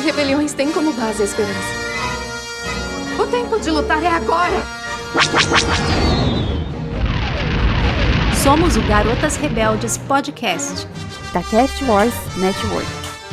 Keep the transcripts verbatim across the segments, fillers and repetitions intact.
rebeliões têm como base a esperança. O tempo de lutar é agora! Somos o Garotas Rebeldes Podcast, da Cast Wars Network.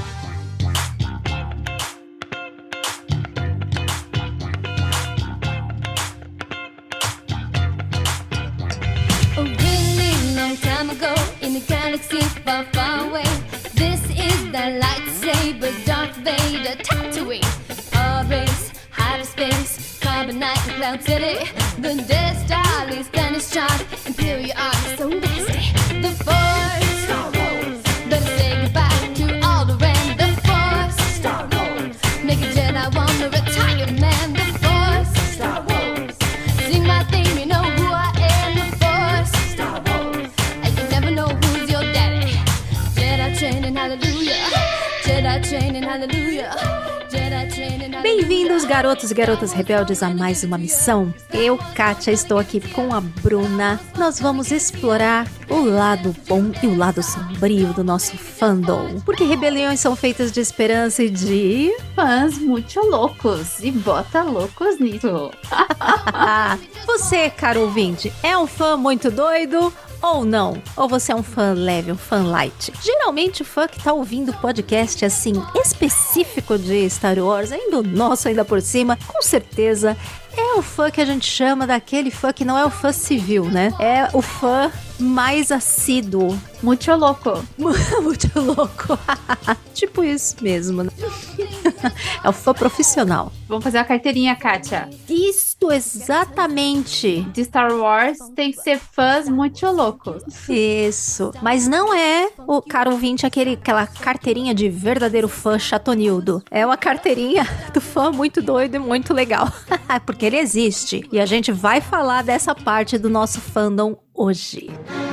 A really long time ago, in a galaxy far, far away, this is the lightsaber Darth Vader Tatooine. Pod race, hyperspace, carbonite, Cloud City. The Death Star leads down its chart, Imperial army so nasty. The Force, Star Wars. Better say goodbye to all the ran. The Force, Star Wars. Make a Jedi wanna retire, man. The Force, Star Wars. Sing my theme, you know who I am. The Force, Star Wars. And you never know who's your daddy. Jedi training, hallelujah. Jedi training, hallelujah. Jedi training, hallelujah. Bem-vindos, garotos e garotas rebeldes, a mais uma missão. Eu, Kátia, estou aqui com a Bruna. Nós vamos explorar o lado bom e o lado sombrio do nosso fandom. Porque rebeliões são feitas de esperança e de... fãs muito loucos. E bota loucos nisso. Você, caro ouvinte, é um fã muito doido ou não? Ou você é um fã leve, um fã light? Geralmente o fã que tá ouvindo o podcast assim, específico de Star Wars, ainda o nosso ainda por cima, com certeza é o fã que a gente chama daquele fã que não é o fã civil, né? É o fã mais assíduo. Muito louco. Muito louco. Tipo isso mesmo, né? É o fã profissional. Vamos fazer a carteirinha, Kátia. Isto, exatamente. De Star Wars tem que ser fãs muito loucos. Isso. Mas não é, o caro ouvinte, aquele, aquela carteirinha de verdadeiro fã chatonildo. É uma carteirinha do fã muito doido e muito legal. Porque ele existe. E a gente vai falar dessa parte do nosso fandom hoje.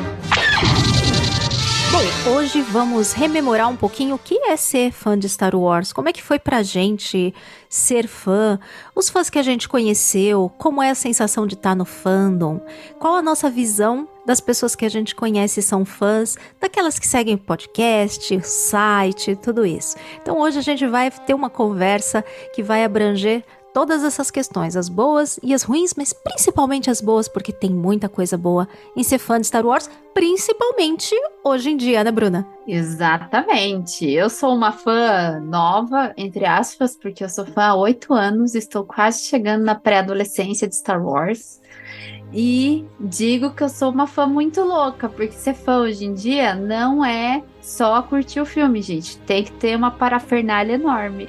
Bom, hoje vamos rememorar um pouquinho o que é ser fã de Star Wars, como é que foi pra gente ser fã, os fãs que a gente conheceu, como é a sensação de estar no fandom, qual a nossa visão das pessoas que a gente conhece e são fãs, daquelas que seguem o podcast, o site, tudo isso. Então hoje a gente vai ter uma conversa que vai abranger todas essas questões, as boas e as ruins, mas principalmente as boas, porque tem muita coisa boa em ser fã de Star Wars, principalmente hoje em dia, né, Bruna? Exatamente. Eu sou uma fã nova, entre aspas, porque eu sou fã há oito anos, estou quase chegando na pré-adolescência de Star Wars. E digo que eu sou uma fã muito louca, porque ser fã hoje em dia não é só curtir o filme, gente. Tem que ter uma parafernália enorme.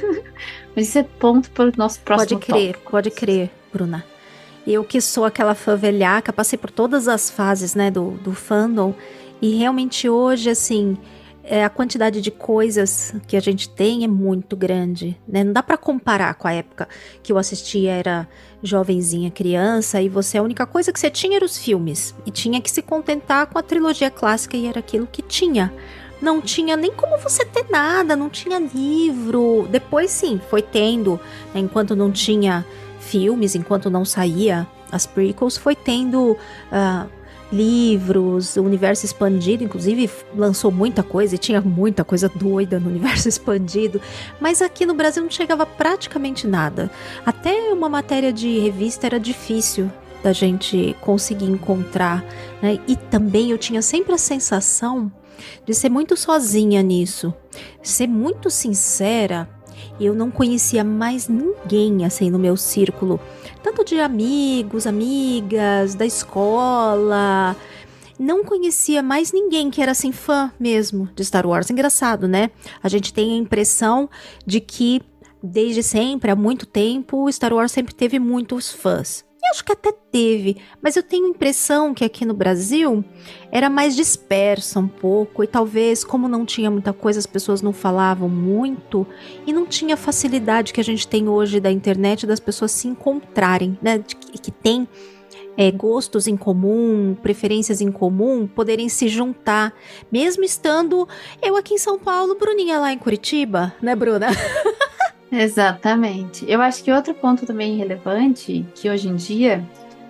Mas isso é ponto para o nosso próximo Pode crer, tópico. Pode crer, Bruna. Eu que sou aquela fã velhaca, passei por todas as fases, né, do, do fandom. E realmente hoje, assim, é, a quantidade de coisas que a gente tem é muito grande, né? Não dá pra comparar com a época que eu assistia, era jovenzinha, criança, e você, a única coisa que você tinha era os filmes. E tinha que se contentar com a trilogia clássica e era aquilo que tinha. Não tinha nem como você ter nada, não tinha livro. Depois sim, foi tendo, né, enquanto não tinha filmes, enquanto não saía as prequels, foi tendo... Uh, livros, o universo expandido, inclusive lançou muita coisa e tinha muita coisa doida no universo expandido, mas aqui no Brasil não chegava praticamente nada. Até uma matéria de revista era difícil da gente conseguir encontrar, né? E também eu tinha sempre a sensação de ser muito sozinha nisso, ser muito sincera. Eu não conhecia mais ninguém assim no meu círculo, tanto de amigos, amigas, da escola. Não conhecia mais ninguém que era assim fã mesmo de Star Wars. Engraçado, né? A gente tem a impressão de que desde sempre, há muito tempo, Star Wars sempre teve muitos fãs. E acho que até teve, mas eu tenho a impressão que aqui no Brasil era mais dispersa um pouco e talvez, como não tinha muita coisa, as pessoas não falavam muito e não tinha a facilidade que a gente tem hoje da internet das pessoas se encontrarem, né? De que, que tem é, gostos em comum, preferências em comum, poderem se juntar, mesmo estando eu aqui em São Paulo, Bruninha lá em Curitiba, né, Bruna? Exatamente. Eu acho que outro ponto também relevante, que hoje em dia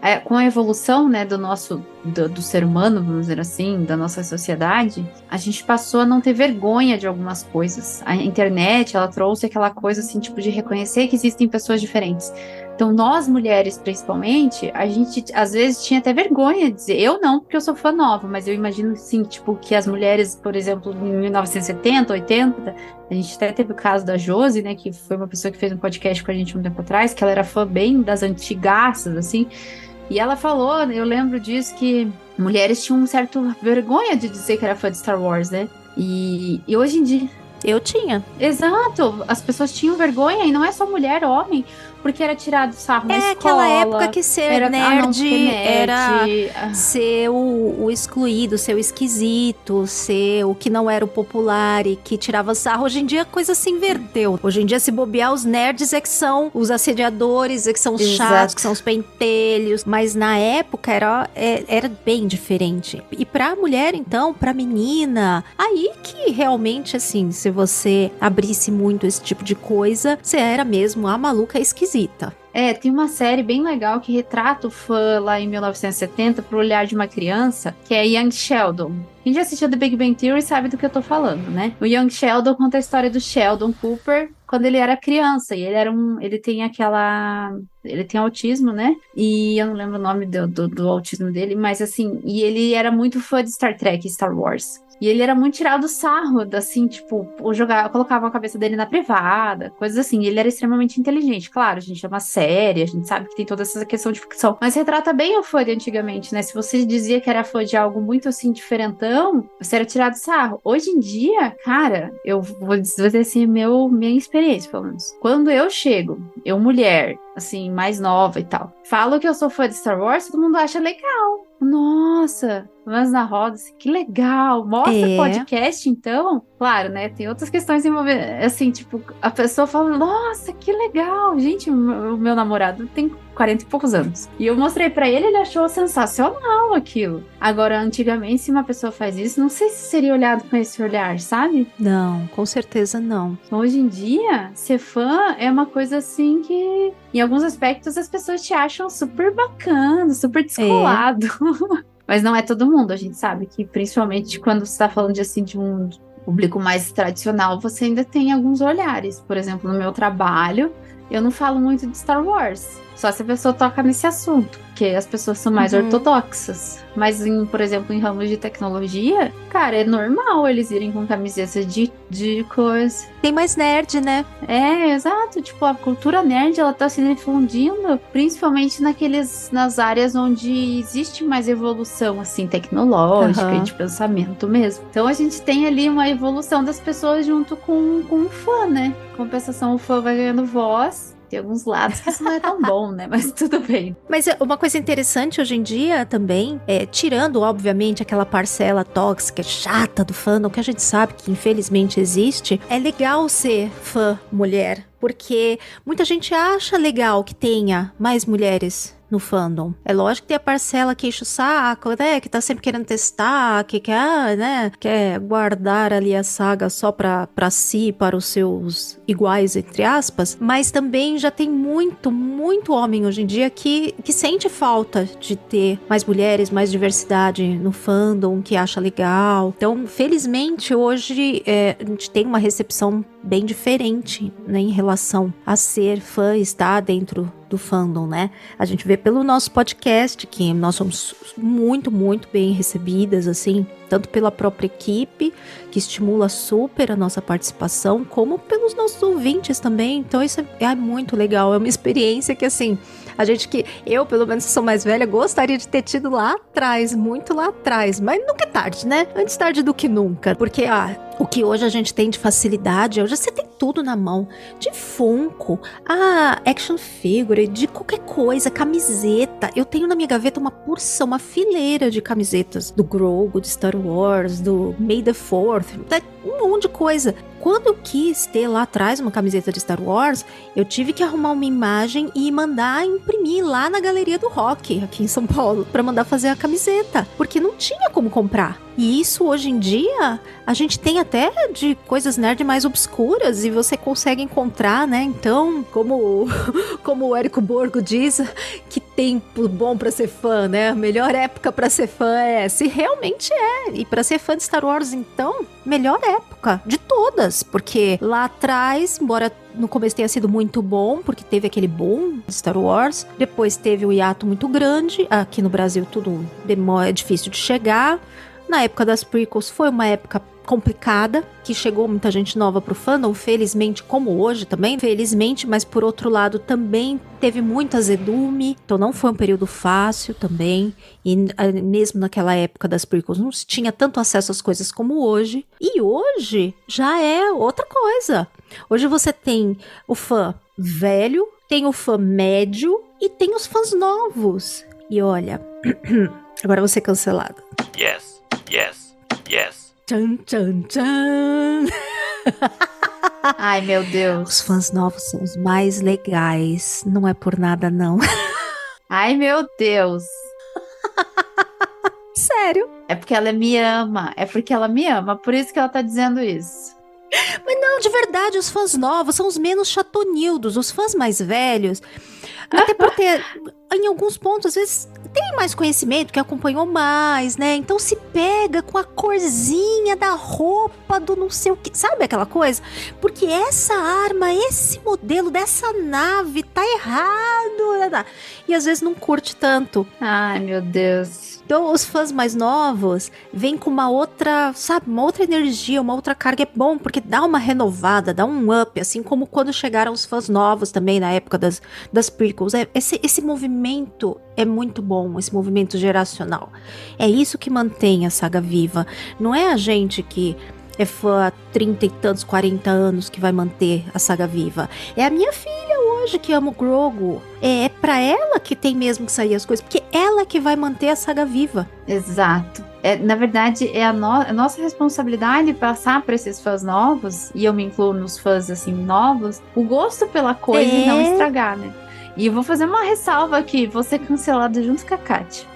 é, com a evolução, né, do nosso, do, do ser humano, vamos dizer assim, da nossa sociedade, a gente passou a não ter vergonha de algumas coisas. A internet, ela trouxe aquela coisa, assim, tipo, de reconhecer que existem pessoas diferentes. Então, nós mulheres, principalmente, a gente, às vezes, tinha até vergonha de dizer, eu não, porque eu sou fã nova, mas eu imagino, assim, tipo, que as mulheres, por exemplo, em mil novecentos e setenta, oitenta, a gente até teve o caso da Josi, né, que foi uma pessoa que fez um podcast com a gente um tempo atrás, que ela era fã bem das antigaças, assim, e ela falou, eu lembro disso, que mulheres tinham um certo vergonha de dizer que era fã de Star Wars, né, e, e hoje em dia... Eu tinha. Exato, as pessoas tinham vergonha, e não é só mulher, homem, porque era tirado sarro na É escola. aquela época que ser era, nerd, ah, não, nerd era ah. ser o, o excluído, ser o esquisito, ser o que não era o popular e que tirava sarro. Hoje em dia a coisa se inverteu. Hoje em dia, se bobear, os nerds é que são os assediadores, é que são os Exato. chatos, que são os pentelhos. Mas na época era, é, era bem diferente. E pra mulher, então, pra menina, aí que realmente, assim, se você abrisse muito esse tipo de coisa, você era mesmo a maluca esquisita. É, tem uma série bem legal que retrata o fã lá em mil novecentos e setenta pro olhar de uma criança, que é Young Sheldon. Quem já assistiu The Big Bang Theory sabe do que eu tô falando, né? O Young Sheldon conta a história do Sheldon Cooper quando ele era criança, e ele era um, ele tem aquela, ele tem autismo, né? E eu não lembro o nome do, do, do autismo dele, mas assim, e ele era muito fã de Star Trek e Star Wars. E ele era muito tirado do sarro, assim, tipo, jogar, colocava a cabeça dele na privada, coisas assim. E ele era extremamente inteligente. Claro, a gente é uma série, a gente sabe que tem toda essa questão de ficção. Mas retrata bem o fã de antigamente, né? Se você dizia que era fã de algo muito, assim, diferentão, você era tirado do sarro. Hoje em dia, cara, eu vou dizer assim, meu, minha experiência, pelo menos. Quando eu chego, eu mulher, assim, mais nova e tal, falo que eu sou fã de Star Wars, todo mundo acha legal. Nossa, mas na roda, assim, que legal. Mostra É. podcast, então. Claro, né? Tem outras questões envolvendo. Assim, tipo, a pessoa fala, nossa, que legal. Gente, o meu, o meu namorado tem quarenta e poucos anos. E eu mostrei pra ele, ele achou sensacional aquilo. Agora, antigamente, se uma pessoa faz isso, não sei se seria olhado com esse olhar, sabe? Não, com certeza não. Hoje em dia, ser fã é uma coisa assim que, em alguns aspectos, as pessoas te acham super bacana, super descolado. É. Mas não é todo mundo, a gente sabe que, principalmente quando você tá falando de, assim, de um público mais tradicional, você ainda tem alguns olhares. Por exemplo, no meu trabalho, eu não falo muito de Star Wars. Só se a pessoa toca nesse assunto, porque as pessoas são mais uhum. ortodoxas. Mas, em, por exemplo, em ramos de tecnologia, cara, é normal eles irem com camisetas de, de coisa. Tem mais nerd, né? É, exato. Tipo, a cultura nerd, ela tá se difundindo, principalmente naqueles, nas áreas onde existe mais evolução, assim, tecnológica uhum. e de pensamento mesmo. Então, a gente tem ali uma evolução das pessoas junto com, com o fã, né? Compensação, o fã vai ganhando voz. Tem alguns lados que isso não é tão bom, né? Mas tudo bem. Mas uma coisa interessante hoje em dia também, é, tirando, obviamente, aquela parcela tóxica, chata do fandom, que a gente sabe que infelizmente existe, é legal ser fã mulher, porque muita gente acha legal que tenha mais mulheres no fandom. É lógico que tem a parcela que enche o saco, né, que tá sempre querendo testar, que quer, né, quer guardar ali a saga só pra, pra si, para os seus iguais, entre aspas, mas também já tem muito, muito homem hoje em dia que, que sente falta de ter mais mulheres, mais diversidade no fandom, que acha legal. Então, felizmente, hoje é, a gente tem uma recepção bem diferente, né, em relação a ser fã e estar dentro do fandom, né? A gente vê pelo nosso podcast que nós somos muito, muito bem recebidas, assim, tanto pela própria equipe, que estimula super a nossa participação, como pelos nossos ouvintes também. Então isso é, é muito legal, é uma experiência que, assim, a gente que, eu pelo menos sou mais velha, gostaria de ter tido lá atrás, muito lá atrás, mas nunca é tarde, né? Antes tarde do que nunca, porque, ah, o que hoje a gente tem de facilidade, hoje você tem tudo na mão, de Funko, a action figure, de qualquer coisa, camiseta. Eu tenho na minha gaveta uma porção, uma fileira de camisetas do Grogu, de Star Wars, do May the fourth, um monte de coisa. Quando eu quis ter lá atrás uma camiseta de Star Wars, eu tive que arrumar uma imagem e mandar imprimir lá na Galeria do Rock, aqui em São Paulo, pra mandar fazer a camiseta, porque não tinha como comprar. E isso hoje em dia, a gente tem até de coisas nerd mais obscuras e você consegue encontrar, né? Então, como, como o Érico Borgo diz, que tempo bom pra ser fã, né? A melhor época pra ser fã é essa. E realmente é. E pra ser fã de Star Wars, então, melhor época de todas. Porque lá atrás, embora no começo tenha sido muito bom, porque teve aquele boom de Star Wars. Depois teve o hiato muito grande. Aqui no Brasil tudo demora, é difícil de chegar. Na época das prequels foi uma época complicada, que chegou muita gente nova pro fandom, felizmente, como hoje também, felizmente, mas por outro lado também teve muito azedume, então não foi um período fácil também, e mesmo naquela época das prequels não se tinha tanto acesso às coisas como hoje, e hoje já é outra coisa. Hoje você tem o fã velho, tem o fã médio e tem os fãs novos. E olha, agora eu vou ser cancelada. Yes. Yes, yes. Tchan, tchan, tchan. Ai, meu Deus. Os fãs novos são os mais legais. Não é por nada, não. Ai, meu Deus. Sério. É porque ela me ama. É porque ela me ama. Por isso que ela tá dizendo isso. Mas não, de verdade, os fãs novos são os menos chatonildos. Os fãs mais velhos, até porque em alguns pontos, às vezes, tem mais conhecimento, que acompanhou mais, né? Então se pega com a corzinha da roupa do não sei o que. Sabe aquela coisa? Porque essa arma, esse modelo dessa nave tá errado. E às vezes não curte tanto. Ai, meu Deus. Então os fãs mais novos vêm com uma outra, sabe, uma outra energia, uma outra carga. É bom, porque dá uma renovada, dá um up, assim como quando chegaram os fãs novos também na época das, das prequels. É, esse, esse movimento é muito bom, esse movimento geracional. É isso que mantém a saga viva. Não é a gente que é fã há trinta e tantos, quarenta anos que vai manter a saga viva. É a minha filha hoje que ama o Grogu. É, é pra ela que tem mesmo que sair as coisas, porque ela que vai manter a saga viva. Exato. É, na verdade, é a, no- a nossa responsabilidade passar para esses fãs novos, e eu me incluo nos fãs assim novos, o gosto pela coisa É. e não estragar, né? E eu vou fazer uma ressalva aqui, vou ser cancelada junto com a Kátia.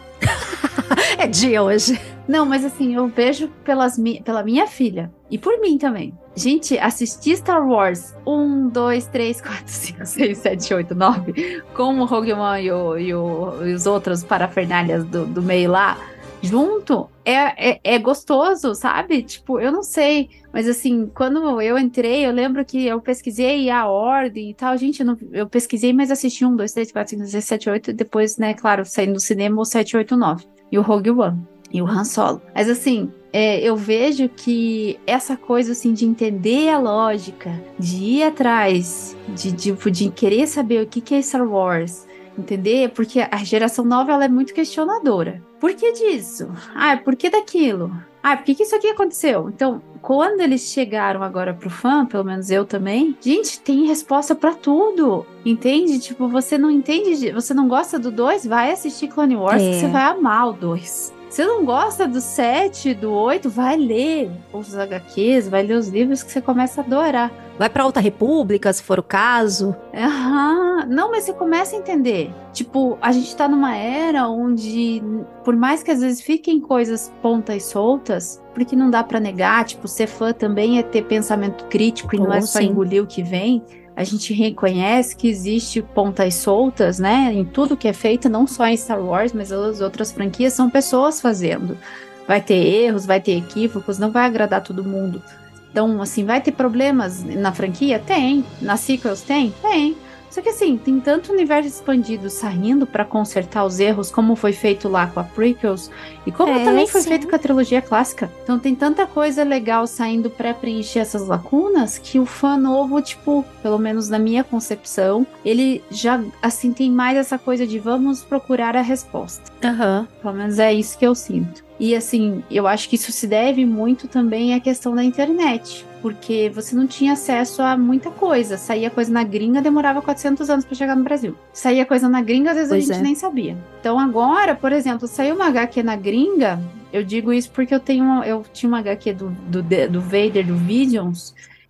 É dia hoje. Não, mas assim, eu vejo pelas mi- pela minha filha e por mim também. Gente, assistir Star Wars um, dois, três, quatro, cinco, seis, sete, oito, nove com o Rogue One e, o- e o- e os outros parafernálias do, do meio lá, junto, é, é, é gostoso, sabe? Tipo, eu não sei, mas assim, quando eu entrei, eu lembro que eu pesquisei a ordem e tal, gente, eu, não- eu pesquisei, mas assisti um, dois, três, quatro, cinco, seis, sete, oito, e depois, né, claro, saindo do cinema, o sete, oito, nove, e o Rogue One. E o Han Solo. Mas assim, é, eu vejo que essa coisa assim de entender a lógica, de ir atrás, de, de, de querer saber o que, que é Star Wars, entender? Porque a geração nova ela é muito questionadora. Por que disso? Ah, por que daquilo? Ah, por que, que isso aqui aconteceu? Então, quando eles chegaram agora pro fã, pelo menos eu também, gente, tem resposta pra tudo, entende? Tipo, você não entende, de- você não gosta do dois, vai assistir Clone Wars, É. que você vai amar o dois. Você não gosta do sete, do oito, vai ler os H Qs, vai ler os livros que você começa a adorar. Vai pra outra república, se for o caso. Aham, não, mas você começa a entender. Tipo, a gente tá numa era onde, por mais que às vezes fiquem coisas pontas soltas, porque não dá pra negar, tipo, ser fã também é ter pensamento crítico e não Oh, é só sim. engolir o que vem. A gente reconhece que existe pontas soltas, né, em tudo que é feito, não só em Star Wars, mas as outras franquias, são pessoas fazendo. Vai ter erros, vai ter equívocos, não vai agradar todo mundo. Então, assim, vai ter problemas na franquia? Tem. Nas sequels? Tem? Tem. Só que assim, tem tanto universo expandido saindo pra consertar os erros, como foi feito lá com a prequels, e como É, também foi sim. feito com a trilogia clássica. Então tem tanta coisa legal saindo pra preencher essas lacunas, que o fã novo, tipo, pelo menos na minha concepção, ele já, assim, tem mais essa coisa de vamos procurar a resposta. Aham. Pelo menos é isso que eu sinto. E assim, eu acho que isso se deve muito também à questão da internet. Porque você não tinha acesso a muita coisa. Saía coisa na gringa, demorava quatrocentos anos pra chegar no Brasil. Saía coisa na gringa, às vezes Pois a gente é. nem sabia. Então agora, por exemplo, saiu uma H Q na gringa. Eu digo isso porque eu tenho uma- eu tinha uma H Q do, do, do Vader, do Visions,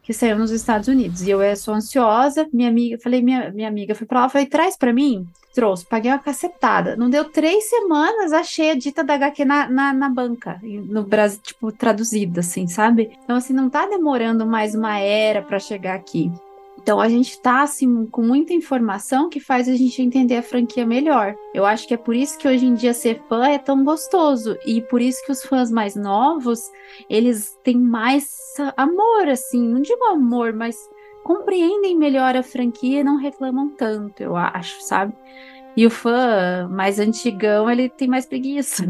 que saiu nos Estados Unidos. E eu eh, sou ansiosa, minha amiga, falei, minha, minha amiga foi pra lá, falei, traz pra mim. Trouxe, paguei uma cacetada. Não deu três semanas, achei a dita da agá quê na, na, na banca, no Brasil, tipo, traduzida, assim, sabe? Então, assim, não tá demorando mais uma era pra chegar aqui. Então, a gente tá, assim, com muita informação que faz a gente entender a franquia melhor. Eu acho que é por isso que hoje em dia ser fã é tão gostoso. E por isso que os fãs mais novos, eles têm mais amor, assim, não digo amor, mas compreendem melhor a franquia e não reclamam tanto, eu acho, sabe? E o fã mais antigão, ele tem mais preguiça.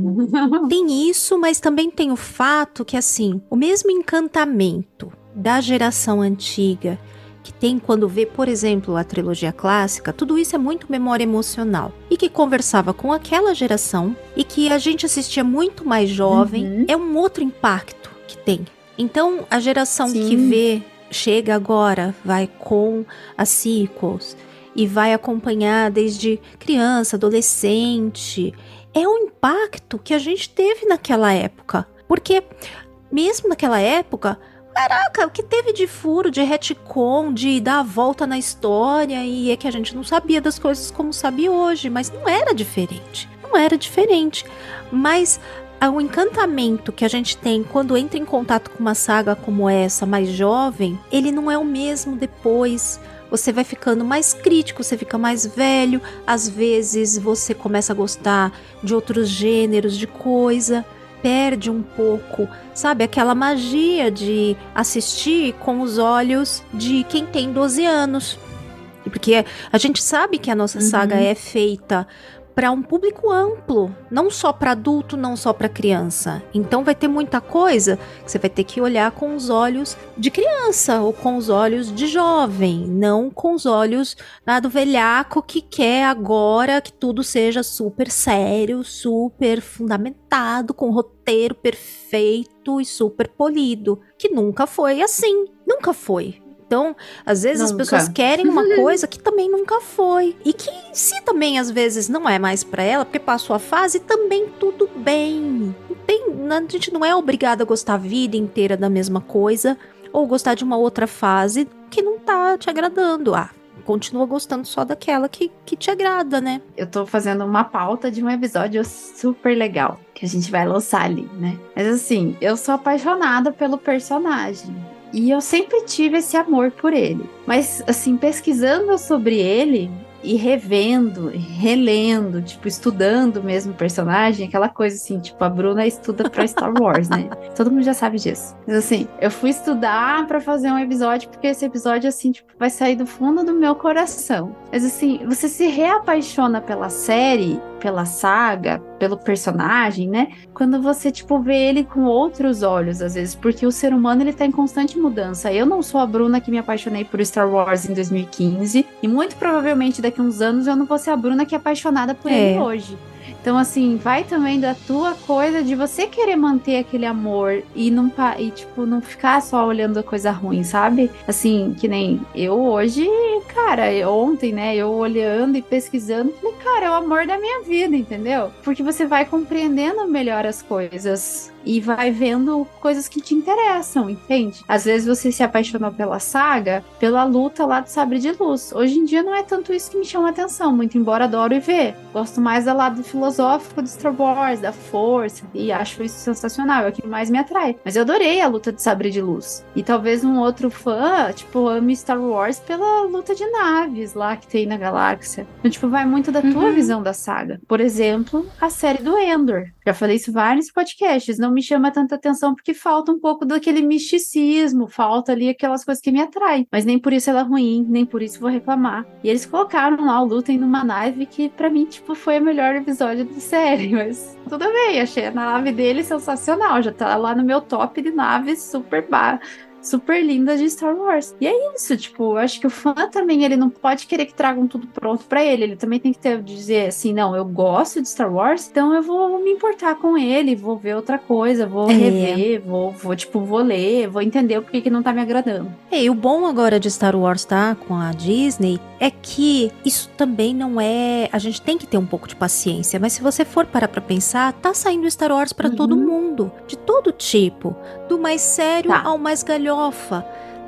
Tem isso, mas também tem o fato que, assim, o mesmo encantamento da geração antiga que tem quando vê, por exemplo, a trilogia clássica, tudo isso é muito memória emocional. E que conversava com aquela geração e que a gente assistia muito mais jovem, Uhum. é um outro impacto que tem. Então, a geração Sim. que vê, chega agora, vai com as sequels e vai acompanhar desde criança, adolescente. É um impacto que a gente teve naquela época. Porque, mesmo naquela época, caraca, o que teve de furo, de retcon, de dar a volta na história, e é que a gente não sabia das coisas como sabe hoje, mas não era diferente. Não era diferente. Mas o encantamento que a gente tem quando entra em contato com uma saga como essa, mais jovem, ele não é o mesmo depois. Você vai ficando mais crítico, você fica mais velho, às vezes você começa a gostar de outros gêneros de coisa, perde um pouco, sabe, aquela magia de assistir com os olhos de quem tem doze anos. Porque a gente sabe que a nossa Uhum. saga é feita para um público amplo, não só para adulto, não só para criança. Então vai ter muita coisa que você vai ter que olhar com os olhos de criança ou com os olhos de jovem, não com os olhos lá do velhaco que quer agora que tudo seja super sério, super fundamentado, com roteiro perfeito e super polido, que nunca foi assim, nunca foi. Então, às vezes as Nunca. pessoas querem uma coisa que também nunca foi. E que se também às vezes não é mais pra ela, porque passou a fase, também tudo bem. Não tem, a gente não é obrigada a gostar a vida inteira da mesma coisa, ou gostar de uma outra fase que não tá te agradando. Ah, continua gostando só daquela que, que te agrada, né? Eu tô fazendo uma pauta de um episódio super legal, que a gente vai lançar ali, né? Mas assim, eu sou apaixonada pelo personagem. E eu sempre tive esse amor por ele. Mas, assim, pesquisando sobre ele e revendo, relendo, tipo, estudando mesmo o personagem, aquela coisa assim, tipo, a Bruna estuda pra Star Wars, né? Todo mundo já sabe disso. Mas assim, eu fui estudar pra fazer um episódio, porque esse episódio, assim, tipo, vai sair do fundo do meu coração. Mas assim, você se reapaixona pela série, pela saga, pelo personagem, né? Quando você, tipo, vê ele com outros olhos, às vezes, porque o ser humano, ele tá em constante mudança. Eu não sou a Bruna que me apaixonei por Star Wars em dois mil e quinze, e muito provavelmente daqui a uns anos eu não vou ser a Bruna que é apaixonada por É. ele hoje. Então, assim, vai também da tua coisa de você querer manter aquele amor e não, pa- e, tipo, não ficar só olhando a coisa ruim, sabe? Assim, que nem eu hoje, cara, eu- ontem, né, eu olhando e pesquisando, falei, cara, é o amor da minha vida, entendeu? Porque você vai compreendendo melhor as coisas e vai vendo coisas que te interessam, entende? Às vezes você se apaixonou pela saga, pela luta lá do Sabre de Luz. Hoje em dia não é tanto isso que me chama atenção, muito embora adoro e ver. Gosto mais do lado filosófico de Star Wars, da força, e acho isso sensacional, é o que mais me atrai. Mas eu adorei a luta de Sabre de Luz. E talvez um outro fã, tipo, ame Star Wars pela luta de naves lá que tem na galáxia. Então, tipo, vai muito da tua Uhum. visão da saga. Por exemplo, a série do Endor. Já falei isso em vários podcasts. Não me chama tanta atenção porque falta um pouco daquele misticismo, falta ali aquelas coisas que me atraem. Mas nem por isso ela é ruim, nem por isso vou reclamar. E eles colocaram lá o Lutem numa nave que pra mim, tipo, foi o melhor episódio da série. Mas tudo bem, achei a nave dele sensacional. Já tá lá no meu top de naves super ba super linda de Star Wars. E é isso, tipo, eu acho que o fã também, ele não pode querer que tragam tudo pronto pra ele, ele também tem que ter, dizer assim, não, eu gosto de Star Wars, então eu vou me importar com ele, vou ver outra coisa, vou É. rever, vou, vou, tipo, vou ler, vou entender o porquê que não tá me agradando. É, e o bom agora de Star Wars, tá, com a Disney, é que isso também não é... A gente tem que ter um pouco de paciência, mas se você for parar pra pensar, tá saindo Star Wars pra Uhum. todo mundo, de todo tipo, do mais sério Tá. ao mais galhofa,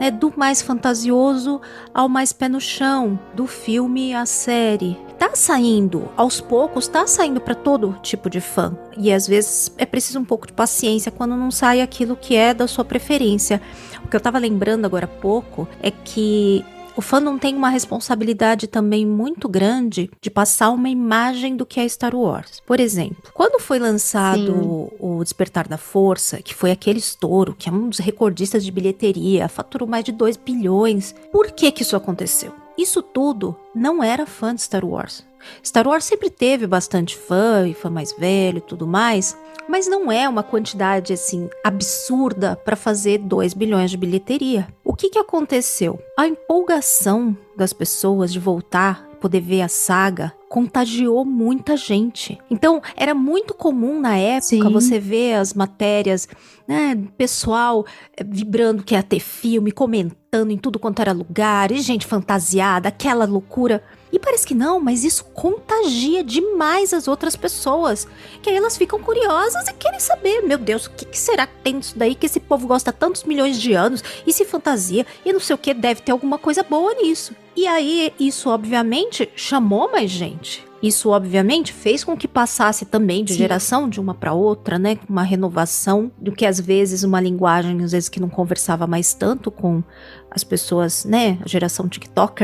né, do mais fantasioso ao mais pé no chão, do filme à série. Tá saindo, aos poucos, tá saindo para todo tipo de fã. E às vezes é preciso um pouco de paciência quando não sai aquilo que é da sua preferência. O que eu tava lembrando agora há pouco é que o fandom tem uma responsabilidade também muito grande de passar uma imagem do que é Star Wars. Por exemplo, quando foi lançado o, o Despertar da Força, que foi aquele estouro, que é um dos recordistas de bilheteria, faturou mais de dois bilhões. Por que que isso aconteceu? Isso tudo não era fã de Star Wars. Star Wars sempre teve bastante fã e fã mais velho e tudo mais, mas não é uma quantidade assim absurda para fazer dois bilhões de bilheteria. O que que aconteceu? A empolgação das pessoas de voltar, poder ver a saga, contagiou muita gente. Então, era muito comum na época Sim. você ver as matérias, né, pessoal eh, vibrando que ia ter filme, comentando em tudo quanto era lugar, e gente fantasiada, aquela loucura. E parece que não, mas isso contagia demais as outras pessoas, que aí elas ficam curiosas e querem saber, meu Deus, o que, que será que tem nisso daí que esse povo gosta há tantos milhões de anos e se fantasia e não sei o que, deve ter alguma coisa boa nisso. E aí isso obviamente chamou mais gente. Isso, obviamente, fez com que passasse também de Sim. geração de uma para outra, né? Uma renovação do que, às vezes, uma linguagem, às vezes, que não conversava mais tanto com as pessoas, né? A geração TikToker.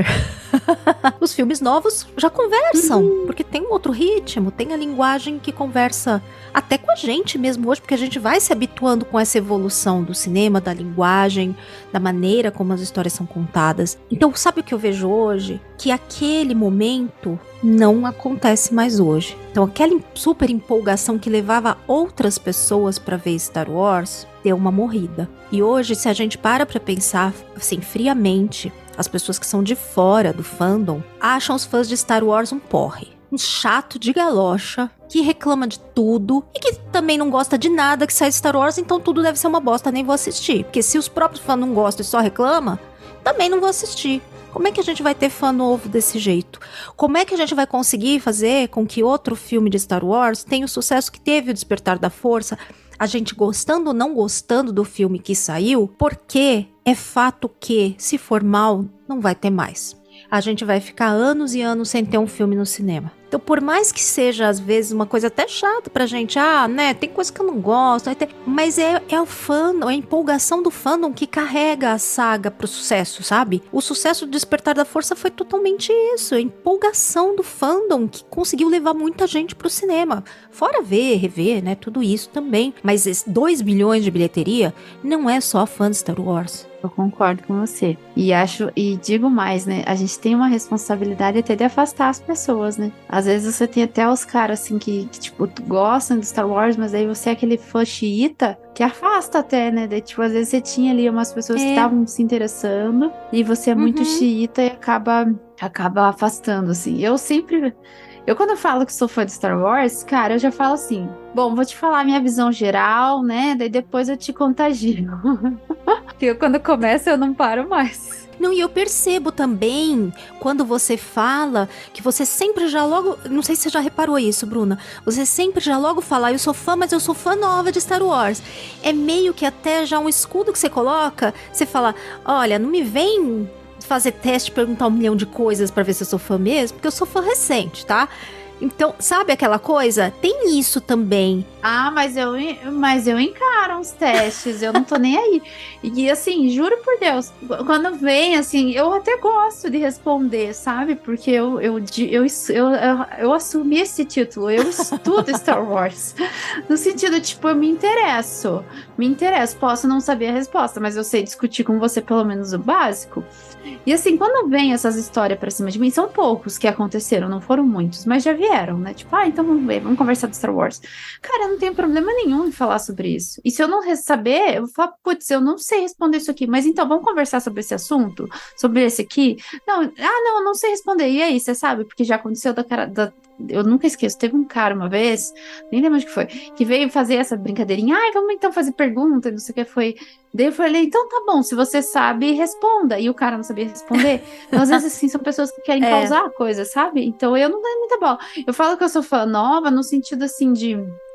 Os filmes novos já conversam, uhum. porque tem um outro ritmo, tem a linguagem que conversa até com a gente mesmo hoje, porque a gente vai se habituando com essa evolução do cinema, da linguagem, da maneira como as histórias são contadas. Então, sabe o que eu vejo hoje? Que aquele momento não acontece mais hoje. Então, aquela super empolgação que levava outras pessoas para ver Star Wars deu uma morrida. E hoje, se a gente para pra pensar, assim, friamente, as pessoas que são de fora do fandom acham os fãs de Star Wars um porre. Um chato de galocha, que reclama de tudo e que também não gosta de nada que sai de Star Wars, então tudo deve ser uma bosta, nem vou assistir. Porque se os próprios fãs não gostam e só reclamam, também não vou assistir. Como é que a gente vai ter fã novo desse jeito? Como é que a gente vai conseguir fazer com que outro filme de Star Wars tenha o sucesso que teve o Despertar da Força, a gente gostando ou não gostando do filme que saiu? Porque é fato que, se for mal, não vai ter mais. A gente vai ficar anos e anos sem ter um filme no cinema. Então, por mais que seja, às vezes, uma coisa até chata pra gente, ah, né, tem coisa que eu não gosto, mas é, é o fandom, é a empolgação do fandom que carrega a saga pro sucesso, sabe? O sucesso do Despertar da Força foi totalmente isso, a empolgação do fandom que conseguiu levar muita gente pro cinema. Fora ver, rever, né, tudo isso também. Mas esses dois bilhões de bilheteria não é só fã de Star Wars. Eu concordo com você. E acho, e digo mais, né? A gente tem uma responsabilidade até de afastar as pessoas, né? Às vezes você tem até os caras, assim, que, que tipo, gostam de Star Wars, mas aí você é aquele fã xiita que afasta até, né? Daí, tipo, às vezes você tinha ali umas pessoas é. que estavam se interessando e você é muito uhum. xiita e acaba, acaba afastando, assim. Eu sempre... Eu, quando eu falo que sou fã de Star Wars, cara, eu já falo assim, bom, vou te falar a minha visão geral, né? Daí depois eu te contagio. Porque eu, quando começo, eu não paro mais. Não, e eu percebo também, quando você fala, que você sempre já logo... Não sei se você já reparou isso, Bruna. Você sempre já logo fala, eu sou fã, mas eu sou fã nova de Star Wars. É meio que até já um escudo que você coloca. Você fala, olha, não me vem fazer teste, perguntar um milhão de coisas pra ver se eu sou fã mesmo, porque eu sou fã recente, tá? Então, sabe aquela coisa? Tem isso também. Ah, mas eu, mas eu encaro uns testes, eu não tô nem aí. E assim, juro por Deus, quando vem, assim, eu até gosto de responder, sabe? Porque eu, eu, eu, eu, eu, eu assumi esse título, eu estudo Star Wars. No sentido, tipo, eu me interesso. Me interesso, posso não saber a resposta, mas eu sei discutir com você pelo menos o básico. E assim, quando vem essas histórias pra cima de mim, são poucos que aconteceram, não foram muitos, mas já vieram, né? Tipo, ah, então vamos ver, vamos conversar do Star Wars. Cara, eu não tenho problema nenhum em falar sobre isso. E se eu não saber, eu vou falar, putz, eu não sei responder isso aqui, mas então vamos conversar sobre esse assunto? Sobre esse aqui? Não, ah, não, eu não sei responder. E aí, você sabe? Porque já aconteceu da cara... Da, eu nunca esqueço, teve um cara uma vez, nem lembro onde que foi, que veio fazer essa brincadeirinha, ai, vamos então fazer pergunta, não sei o que foi. Daí eu falei, então tá bom, se você sabe, responda. E o cara não sabia responder. Então, às vezes, assim, são pessoas que querem é. causar coisas, sabe? Então, eu não dou muita bola. Eu falo que eu sou fã nova no sentido, assim, de...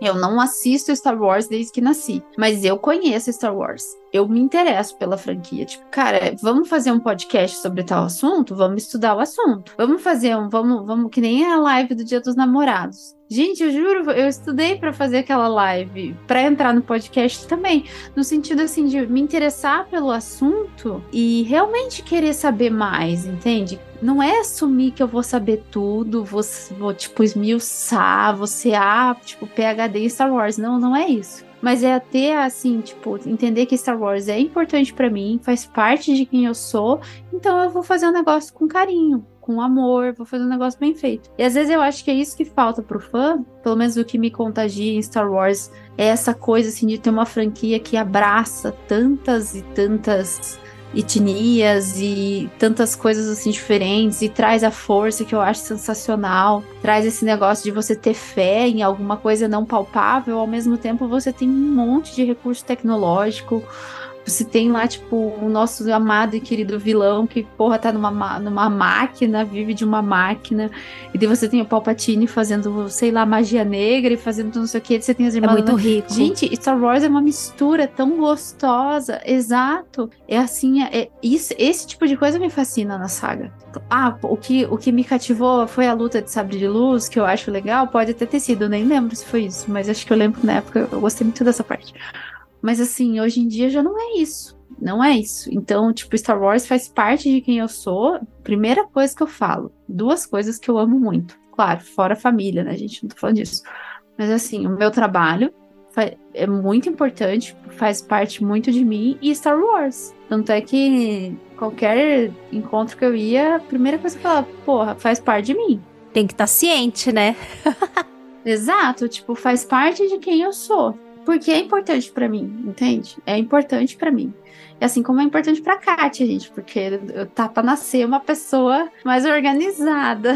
Eu não assisto Star Wars desde que nasci, mas eu conheço Star Wars. Eu me interesso pela franquia. Tipo, cara, vamos fazer um podcast sobre tal assunto? Vamos estudar o assunto. Vamos fazer um, vamos, vamos, que nem a live do Dia dos Namorados. Gente, eu juro, eu estudei pra fazer aquela live, pra entrar no podcast também, no sentido assim de me interessar pelo assunto e realmente querer saber mais, entende? Não é assumir que eu vou saber tudo, vou, vou tipo, esmiuçar, vou ser, ah, tipo, P H D em Star Wars. Não, não é isso. Mas é ter, assim, tipo, entender que Star Wars é importante pra mim, faz parte de quem eu sou, então eu vou fazer um negócio com carinho, com amor, vou fazer um negócio bem feito. E às vezes eu acho que é isso que falta pro fã, pelo menos o que me contagia em Star Wars, é essa coisa, assim, de ter uma franquia que abraça tantas e tantas etnias e tantas coisas assim diferentes e traz a força que eu acho sensacional, traz esse negócio de você ter fé em alguma coisa não palpável, ao mesmo tempo você tem um monte de recurso tecnológico. Você tem lá, tipo, o nosso amado e querido vilão que, porra, tá numa, numa máquina, vive de uma máquina. E daí você tem o Palpatine fazendo, sei lá, magia negra e fazendo não sei o que. Você tem as irmãs... É muito rico. Gente, Star Wars é uma mistura tão gostosa. Exato. É assim, é, isso, esse tipo de coisa me fascina na saga. Ah, o que, o que me cativou foi a luta de sabre de luz, que eu acho legal. Pode até ter sido, eu nem lembro se foi isso. Mas acho que eu lembro que na época eu gostei muito dessa parte. Mas assim, hoje em dia já não é isso. Não é isso. Então, tipo, Star Wars faz parte de quem eu sou. Primeira coisa que eu falo. Duas coisas que eu amo muito. Claro, fora a família, né, gente? Não tô falando disso. Mas assim, o meu trabalho é muito importante. Faz parte muito de mim. E Star Wars. Tanto é que qualquer encontro que eu ia, a primeira coisa que eu falava, porra, faz parte de mim. Tem que estar ciente, né? Exato. Tipo, faz parte de quem eu sou. Porque é importante pra mim, entende? É importante pra mim. E assim como é importante pra Kátia, gente, porque tá pra nascer uma pessoa mais organizada.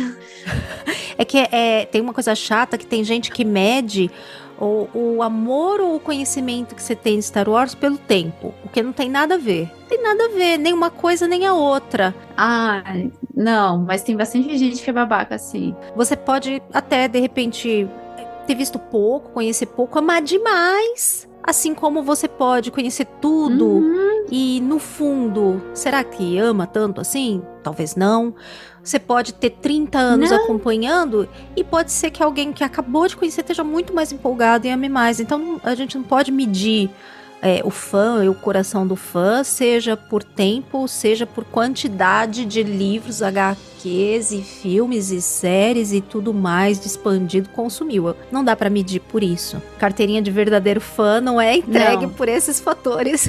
É que é, tem uma coisa chata que tem gente que mede o, o amor ou o conhecimento que você tem de Star Wars pelo tempo, o que não tem nada a ver. Não tem nada a ver, nem uma coisa nem a outra. Ah, não, mas tem bastante gente que é babaca, assim. Você pode até, de repente, ter visto pouco, conhecer pouco, amar demais. Assim como você pode conhecer tudo Uhum. e, no fundo, será que ama tanto assim? Talvez não. Você pode ter trinta anos Não. acompanhando e pode ser que alguém que acabou de conhecer esteja muito mais empolgado e ame mais. Então, a gente não pode medir é, o fã e o coração do fã, seja por tempo, seja por quantidade de livros, H Qs e filmes e séries e tudo mais de expandido consumiu. Não dá pra medir por isso. Carteirinha de verdadeiro fã não é entregue Não. por esses fatores.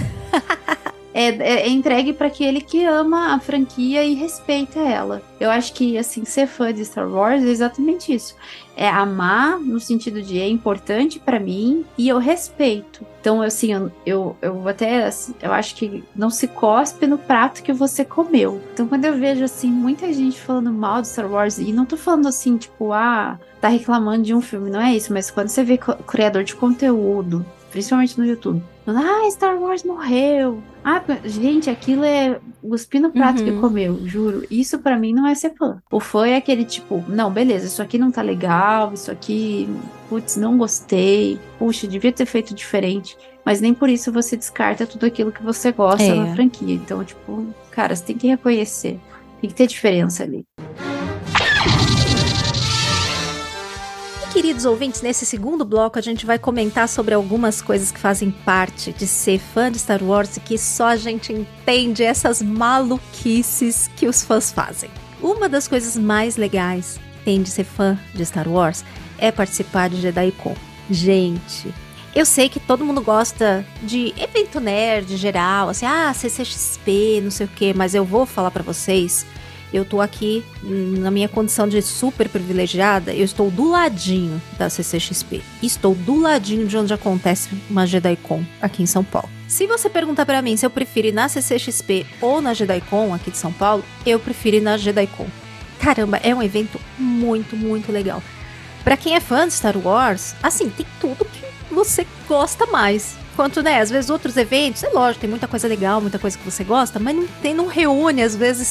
É, é, é entregue pra aquele que ama a franquia e respeita ela. Eu acho que, assim, ser fã de Star Wars é exatamente isso. É amar no sentido de é importante pra mim e eu respeito. Então, assim, eu, eu, eu até, assim, eu acho que não se cospe no prato que você comeu. Então, quando eu vejo, assim, muita gente falando mal de Star Wars, e não tô falando assim, tipo, ah, tá reclamando de um filme, não é isso, mas quando você vê co- criador de conteúdo, principalmente no YouTube, falando, ah, Star Wars morreu. Ah, gente, aquilo é cuspir no prato Uhum. que comeu, juro. Isso pra mim não é ser fã. O fã é aquele tipo, não, beleza, isso aqui não tá legal, isso aqui, putz, não gostei, puxa, devia ter feito diferente. Mas nem por isso você descarta tudo aquilo que você gosta É. na franquia. Então, tipo, cara, você tem que reconhecer. Tem que ter diferença ali. Queridos ouvintes, nesse segundo bloco a gente vai comentar sobre algumas coisas que fazem parte de ser fã de Star Wars e que só a gente entende essas maluquices que os fãs fazem. Uma das coisas mais legais que tem de ser fã de Star Wars é participar de JediCon. Gente, eu sei que todo mundo gosta de evento nerd geral, assim, ah, C C X P, não sei o que, mas eu vou falar pra vocês. Eu tô aqui, na minha condição de super privilegiada, eu estou do ladinho da C C X P. Estou do ladinho de onde acontece uma JediCon aqui em São Paulo. Se você perguntar pra mim se eu prefiro ir na C C X P ou na JediCon aqui de São Paulo, eu prefiro ir na JediCon. Caramba, é um evento muito, muito legal. Pra quem é fã de Star Wars, assim, tem tudo que você gosta mais. Quanto, né, às vezes outros eventos, é lógico, tem muita coisa legal, muita coisa que você gosta, mas não, tem, não reúne, às vezes,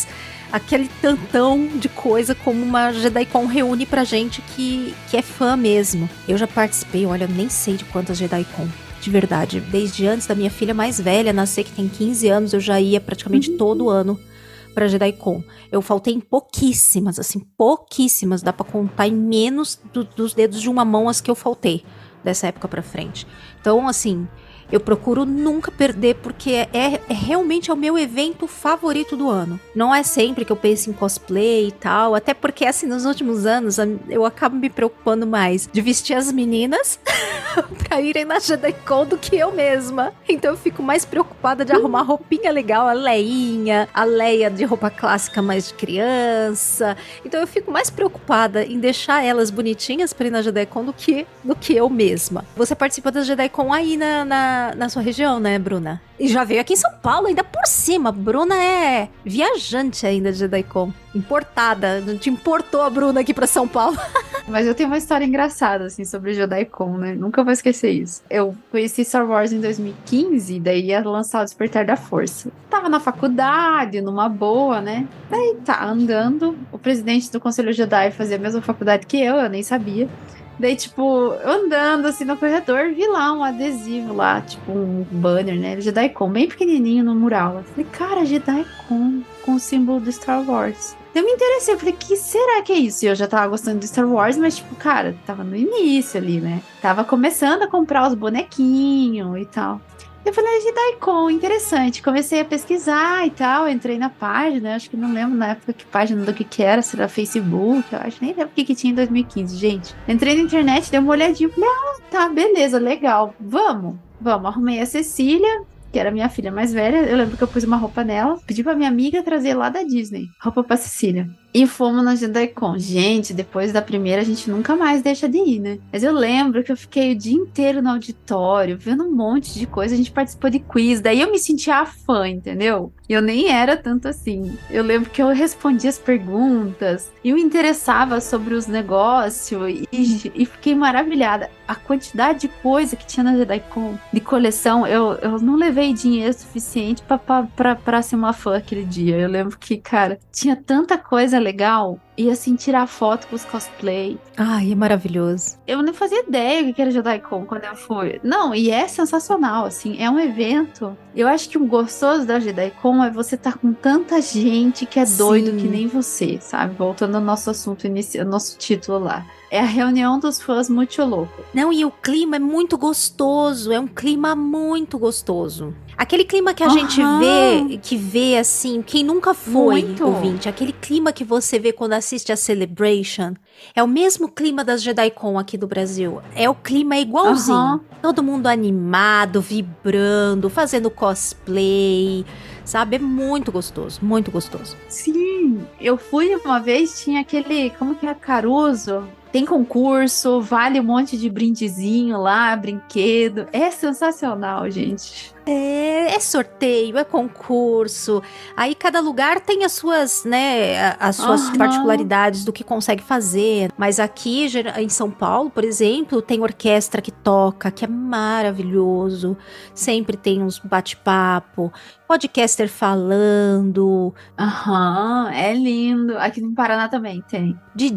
aquele tantão de coisa como uma JediCon reúne pra gente que, que é fã mesmo. Eu já participei, olha, eu nem sei de quantas JediCon, de verdade. Desde antes da minha filha mais velha nascer, que tem quinze anos, eu já ia praticamente uhum. todo ano pra JediCon. Eu faltei em pouquíssimas, assim, pouquíssimas. Dá pra contar em menos do, dos dedos de uma mão as que eu faltei dessa época pra frente. Então, assim, eu procuro nunca perder, porque é, é realmente é o meu evento favorito do ano. Não é sempre que eu penso em cosplay e tal, até porque, assim, nos últimos anos, eu acabo me preocupando mais de vestir as meninas pra irem na JediCon do que eu mesma. Então eu fico mais preocupada de arrumar roupinha legal, a Leinha, a Leia de roupa clássica mais de criança. Então eu fico mais preocupada em deixar elas bonitinhas pra ir na JediCon do que, do que eu mesma. Você participa da JediCon aí na, na na sua região, né, Bruna? E já veio aqui em São Paulo, ainda por cima. Bruna é viajante ainda de JediCon. Importada. A gente importou a Bruna aqui pra São Paulo. Mas eu tenho uma história engraçada, assim, sobre JediCon, né? Nunca vou esquecer isso. Eu conheci Star Wars em dois mil e quinze, daí ia lançar o Despertar da Força. Tava na faculdade, numa boa, né? Daí tá, andando. O presidente do Conselho Jedi fazia a mesma faculdade que eu, eu nem sabia. Daí, tipo, andando assim no corredor, vi lá um adesivo lá, tipo um banner, né? JediCon, bem pequenininho no mural. Eu falei, cara, JediCon com o símbolo do Star Wars. Eu me interessei, eu falei, que será que é isso? E eu já tava gostando de Star Wars, mas, tipo, cara, tava no início ali, né? Tava começando a comprar os bonequinhos e tal. Eu falei, JediCon, interessante. Comecei a pesquisar e tal, entrei na página, acho que não lembro na época que página do que que era, se era Facebook, eu acho, nem lembro o que que tinha em dois mil e quinze, gente. Entrei na internet, dei uma olhadinha, falei, ah, tá, beleza, legal, vamos, vamos. Arrumei a Cecília, que era minha filha mais velha, eu lembro que eu pus uma roupa nela, pedi pra minha amiga trazer lá da Disney, roupa pra Cecília. E fomos na JediCon. Gente, depois da primeira a gente nunca mais deixa de ir, né? Mas eu lembro que eu fiquei o dia inteiro no auditório, vendo um monte de coisa, a gente participou de quiz, daí eu me sentia a fã, entendeu? E eu nem era tanto assim. Eu lembro que eu respondia as perguntas, e eu me interessava sobre os negócios, e, e fiquei maravilhada. A quantidade de coisa que tinha na JediCon, de coleção, eu, eu não levei dinheiro suficiente pra, pra, pra, pra ser uma fã aquele dia. Eu lembro que, cara, tinha tanta coisa legal, e assim, tirar foto com os cosplay. Ai, é maravilhoso. Eu não fazia ideia do que era JediCon quando eu fui. Não, e é sensacional, assim, é um evento. Eu acho que o gostoso da JediCon é você estar tá com tanta gente que é Sim. doido que nem você, sabe? Voltando ao nosso assunto inicial, nosso título lá. É a reunião dos fãs muito louco. Não, e o clima é muito gostoso, é um clima muito gostoso. Aquele clima que a uhum. gente vê, que vê assim, quem nunca foi, muito. Ouvinte, aquele clima que você vê quando assiste a Celebration, é o mesmo clima das JediCon aqui do Brasil. É o clima igualzinho. Uhum. Todo mundo animado, vibrando, fazendo cosplay, sabe? É muito gostoso, muito gostoso. Sim, eu fui uma vez, tinha aquele, como que é, Caruso? Tem concurso, vale um monte de brindezinho lá, brinquedo. É sensacional, gente. É, é sorteio, é concurso. Aí cada lugar tem as suas, né, as suas uhum. particularidades do que consegue fazer. Mas aqui em São Paulo, por exemplo, tem orquestra que toca, que é maravilhoso. Sempre tem uns bate-papo, podcaster falando. Aham, uhum, é lindo. Aqui no Paraná também tem. D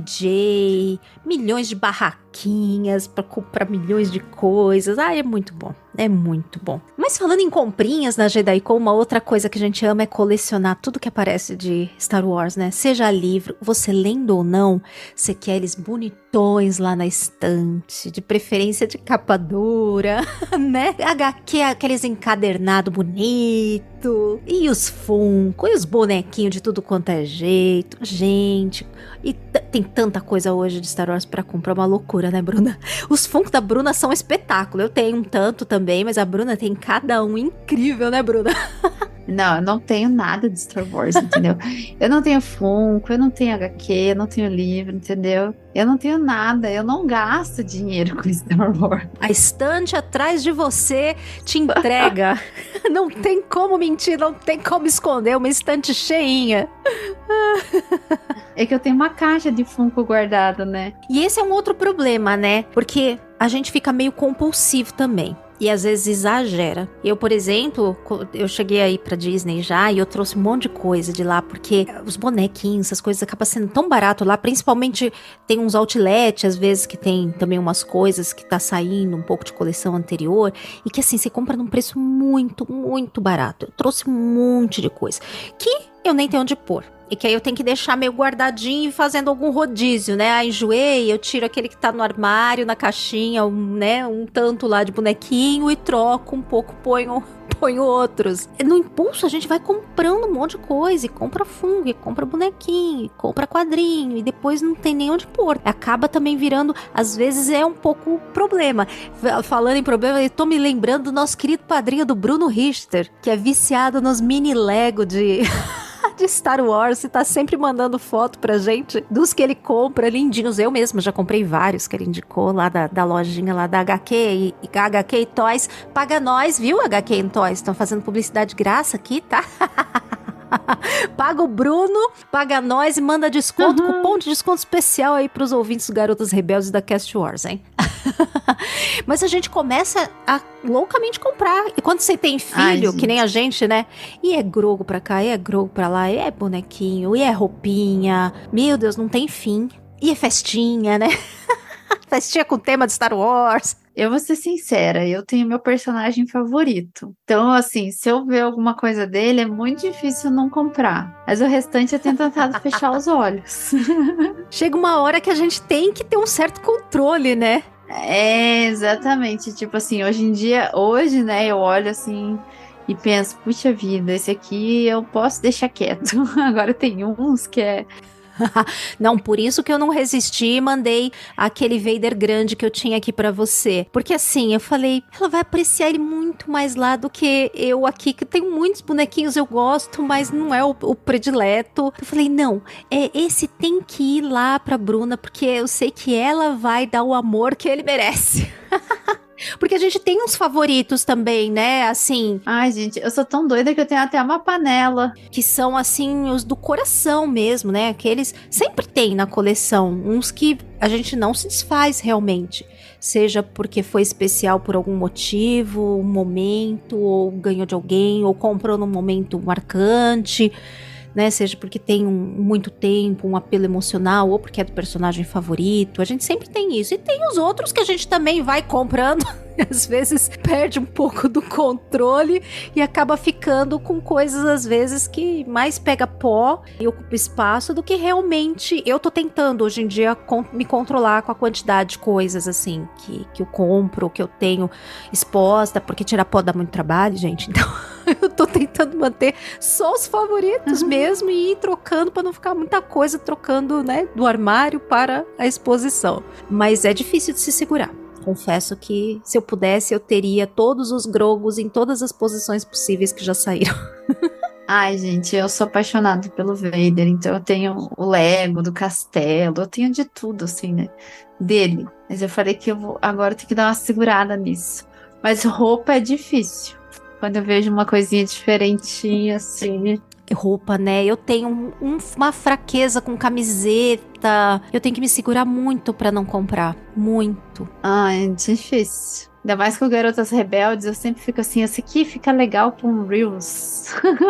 J, milhões de barraquinhas para comprar milhões de coisas. Ah, é muito bom. É muito bom. Mas falando em comprinhas na JediCon, uma outra coisa que a gente ama é colecionar tudo que aparece de Star Wars, né? Seja livro, você lendo ou não, você quer eles bonitões lá na estante, de preferência de capa dura, né? H Q, aqueles encadernados bonito, e os Funko, e os bonequinhos de tudo quanto é jeito. Gente, e t- tem tanta coisa hoje de Star Wars pra comprar, uma loucura, né, Bruna? Os Funko da Bruna são um espetáculo. Eu tenho um tanto também, mas a Bruna tem cada um incrível, né, Bruna? Não, eu não tenho nada de Star Wars, entendeu? Eu não tenho Funko, eu não tenho H Q, eu não tenho livro, entendeu? Eu não tenho nada, eu não gasto dinheiro com Star Wars. A estante atrás de você te entrega. Não tem como mentir, não tem como esconder, uma estante cheinha. É que eu tenho uma caixa de Funko guardada, né? E esse é um outro problema, né? Porque a gente fica meio compulsivo também. e às vezes exagera. Eu, por exemplo, eu cheguei aí pra Disney já e eu trouxe um monte de coisa de lá, porque os bonequinhos, essas coisas acabam sendo tão barato lá, principalmente tem uns outlet, às vezes, que tem também umas coisas que tá saindo, um pouco de coleção anterior, e que assim, você compra num preço muito, muito barato. Eu trouxe um monte de coisa, que eu nem tenho onde pôr. E que aí eu tenho que deixar meio guardadinho e fazendo algum rodízio, né? Ah, enjoei, eu tiro aquele que tá no armário, na caixinha, um, né? Um tanto lá de bonequinho e troco um pouco, ponho, ponho outros. No impulso a gente vai comprando um monte de coisa, e compra fungo, e compra bonequinho, e compra quadrinho, e depois não tem nem onde pôr. Acaba também virando, às vezes é um pouco problema. Falando em problema, eu tô me lembrando do nosso querido padrinho do Bruno Richter, que é viciado nos mini Lego de... de Star Wars, e tá sempre mandando foto pra gente dos que ele compra, lindinhos. Eu mesma já comprei vários que ele indicou lá da, da lojinha lá da H Q e, e H Q Toys. Paga nós, viu, H Q Toys? Estão fazendo publicidade de graça aqui, tá? Paga o Bruno, paga nós e manda desconto, uhum. Cupom de desconto especial aí pros ouvintes do Garotas Rebeldes da Cast Wars, hein? Mas a gente começa a loucamente comprar. E quando você tem filho, Ai, que nem a gente, né? E é grogo pra cá, e é grogo pra lá, e é bonequinho, e é roupinha. Meu Deus, não tem fim. E é festinha, né? Festinha com tema de Star Wars. Eu vou ser sincera, eu tenho meu personagem favorito. Então, assim, se eu ver alguma coisa dele, é muito difícil não comprar. Mas o restante eu tenho tentado fechar os olhos. Chega uma hora que a gente tem que ter um certo controle, né? É, exatamente. Tipo assim, hoje em dia, hoje, né, eu olho assim e penso, puxa vida, esse aqui eu posso deixar quieto. Agora tem uns que é... Não, por isso que eu não resisti e mandei aquele Vader grande que eu tinha aqui pra você. Porque assim, eu falei, ela vai apreciar ele muito mais lá do que eu aqui, que tenho muitos bonequinhos, eu gosto, mas não é o, o predileto. Eu falei, não, é, esse tem que ir lá pra Bruna, porque eu sei que ela vai dar o amor que ele merece. Porque a gente tem uns favoritos também, né, assim... Ai, gente, eu sou tão doida que eu tenho até uma panela. Que são, assim, os do coração mesmo, né, aqueles... Sempre tem na coleção, uns que a gente não se desfaz realmente. Seja porque foi especial por algum motivo, um momento, ou ganhou de alguém, ou comprou num momento marcante... Né, seja porque tem um, muito tempo, um apelo emocional, ou porque é do personagem favorito. A gente sempre tem isso. E tem os outros que a gente também vai comprando. Às vezes perde um pouco do controle e acaba ficando com coisas, às vezes, que mais pega pó e ocupa espaço do que realmente... Eu tô tentando, hoje em dia, com, me controlar com a quantidade de coisas, assim, que, que eu compro, que eu tenho exposta, porque tirar pó dá muito trabalho, gente. Então, eu tô tentando manter só os favoritos uhum. mesmo e ir trocando pra não ficar muita coisa trocando, né, do armário para a exposição. Mas é difícil de se segurar. Confesso que, se eu pudesse, eu teria todos os grogos em todas as posições possíveis que já saíram. Ai, gente, eu sou apaixonada pelo Vader, então eu tenho o Lego do castelo, eu tenho de tudo, assim, né, dele. Mas eu falei que eu vou, agora eu tenho que dar uma segurada nisso. Mas roupa é difícil. Quando eu vejo uma coisinha diferentinha, assim... Roupa, né? Eu tenho um, uma fraqueza com camiseta. Eu tenho que me segurar muito pra não comprar. Muito. Ah, é difícil. Ainda mais com Garotas Rebeldes, eu sempre fico assim, esse aqui fica legal pra um Reels.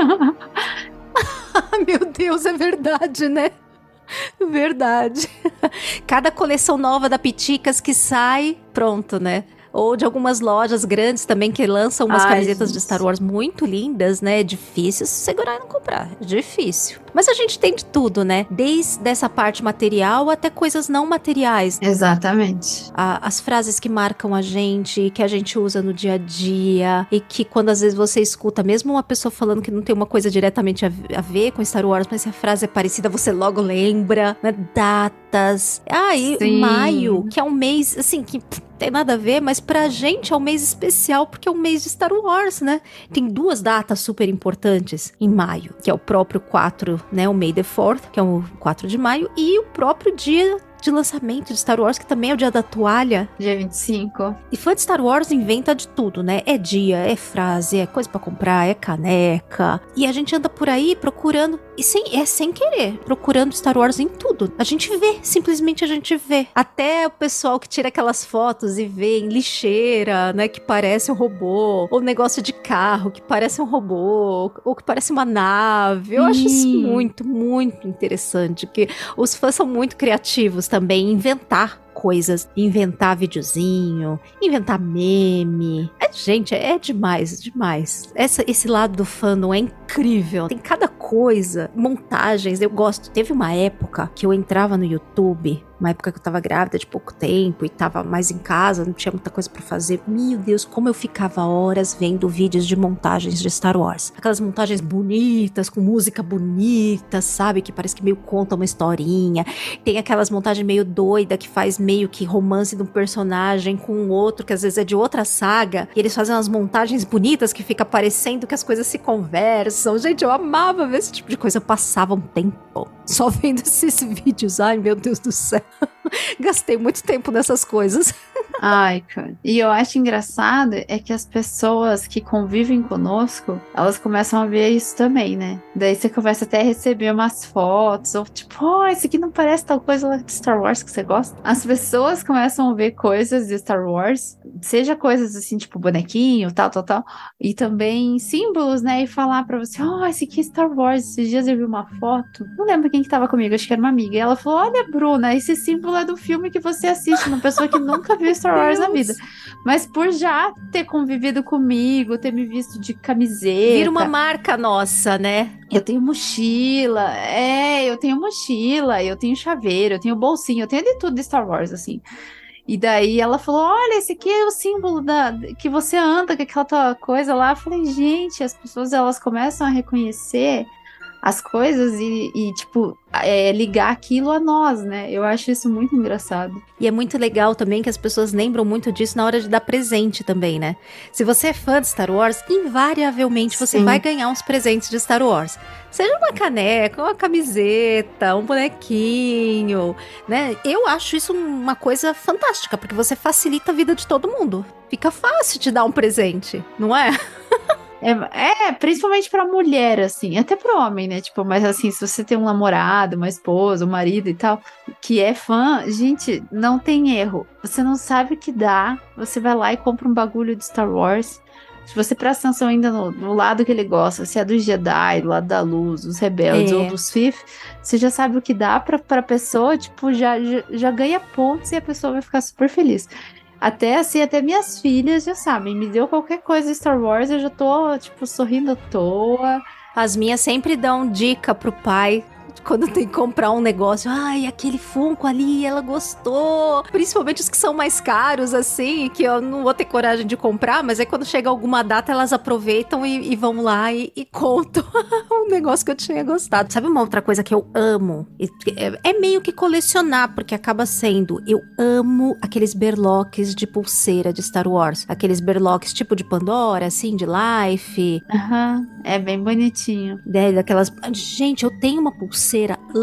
Meu Deus, é verdade, né? Verdade. Cada coleção nova da Piticas que sai, pronto, né? Ou de algumas lojas grandes também que lançam umas Ai, camisetas gente. de Star Wars muito lindas, né? É difícil se segurar e não comprar. É difícil. Mas a gente tem de tudo, né? Desde essa parte material até coisas não materiais. Exatamente. A, as frases que marcam a gente, que a gente usa no dia a dia. E que quando às vezes você escuta, mesmo uma pessoa falando que não tem uma coisa diretamente a, a ver com Star Wars, mas se a frase é parecida, você logo lembra, né? Datas. Ah, e Sim. maio, que é um mês, assim, que... tem nada a ver, mas pra gente é um mês especial porque é um mês de Star Wars, né? Tem duas datas super importantes em maio, que é o próprio quatro, né? O May the fourth, que é o quatro de maio, e o próprio dia de lançamento de Star Wars, que também é o dia da toalha. Dia vinte e cinco. E fã de Star Wars inventa de tudo, né? É dia, é frase, é coisa pra comprar, é caneca. E a gente anda por aí procurando, e sem, é sem querer, procurando Star Wars em tudo. A gente vê, simplesmente a gente vê. Até o pessoal que tira aquelas fotos e vê em lixeira, né? Que parece um robô. Ou negócio de carro que parece um robô. Ou que parece uma nave. Eu acho isso Sim. muito, muito interessante. Que os fãs são muito criativos também em inventar coisas, inventar videozinho, inventar meme. É, gente, é demais, demais. Essa, esse lado do fandom é incrível. Tem cada coisa, montagens, eu gosto. Teve uma época que eu entrava no YouTube, uma época que eu tava grávida de pouco tempo e tava mais em casa, não tinha muita coisa pra fazer. Meu Deus, como eu ficava horas vendo vídeos de montagens de Star Wars. Aquelas montagens bonitas, com música bonita, sabe? Que parece que meio conta uma historinha. Tem aquelas montagens meio doida que faz meio que romance de um personagem com um outro, que às vezes é de outra saga. E eles fazem umas montagens bonitas que fica parecendo que as coisas se conversam. Gente, eu amava ver esse tipo de coisa. Eu passava um tempo só vendo esses vídeos. Ai, meu Deus do céu. Gastei muito tempo nessas coisas. Ai, cara. E eu acho engraçado é que as pessoas que convivem conosco, elas começam a ver isso também, né? Daí você começa até a receber umas fotos, ou tipo, oh, esse aqui não parece tal coisa lá de Star Wars que você gosta. As pessoas começam a ver coisas de Star Wars, seja coisas assim, tipo bonequinho, tal, tal, tal, e também símbolos, né? E falar pra você, oh, esse aqui é Star Wars. Esses dias eu vi uma foto, não lembro quem que tava comigo, acho que era uma amiga, e ela falou, olha, Bruna, esse símbolo é do filme que você assiste, uma pessoa que nunca viu Star Wars na vida. Mas por já ter convivido comigo, ter me visto de camiseta. Vira uma marca nossa, né? Eu tenho mochila, é, eu tenho mochila, eu tenho chaveiro, eu tenho bolsinho, eu tenho de tudo de Star Wars, assim. E daí ela falou, olha, esse aqui é o símbolo da, que você anda, com aquela tua coisa lá. Eu falei, gente, as pessoas, elas começam a reconhecer as coisas e, e tipo, é, ligar aquilo a nós, né? Eu acho isso muito engraçado. E é muito legal também que as pessoas lembram muito disso na hora de dar presente também, né? Se você é fã de Star Wars, invariavelmente você Sim. vai ganhar uns presentes de Star Wars. Seja uma caneca, uma camiseta, um bonequinho, né? Eu acho isso uma coisa fantástica, porque você facilita a vida de todo mundo. Fica fácil te dar um presente, não é? É, é, principalmente pra mulher, assim, até pro homem, né? Tipo, mas assim, se você tem um namorado, uma esposa, um marido e tal, que é fã, gente, não tem erro. Você não sabe o que dá, você vai lá e compra um bagulho de Star Wars. Se você presta atenção ainda no, no lado que ele gosta, se é do Jedi, do lado da luz, dos rebeldes É. ou dos Sith, você já sabe o que dá pra, pra pessoa, tipo, já, já, já ganha pontos e a pessoa vai ficar super feliz. Até assim, até minhas filhas já sabem, me deu qualquer coisa de Star Wars, eu já tô, tipo, sorrindo à toa. As minhas sempre dão dica pro pai quando tem que comprar um negócio. Ai, aquele Funko ali, ela gostou. Principalmente os que são mais caros, assim, que eu não vou ter coragem de comprar, mas aí quando chega alguma data, elas aproveitam e, e vão lá e, e contam um negócio que eu tinha gostado. Sabe uma outra coisa que eu amo? É, é meio que colecionar, porque acaba sendo. Eu amo aqueles berloques de pulseira de Star Wars. Aqueles berloques tipo de Pandora, assim, de Life. Aham, é bem bonitinho. Né, daquelas... Gente, eu tenho uma pulseira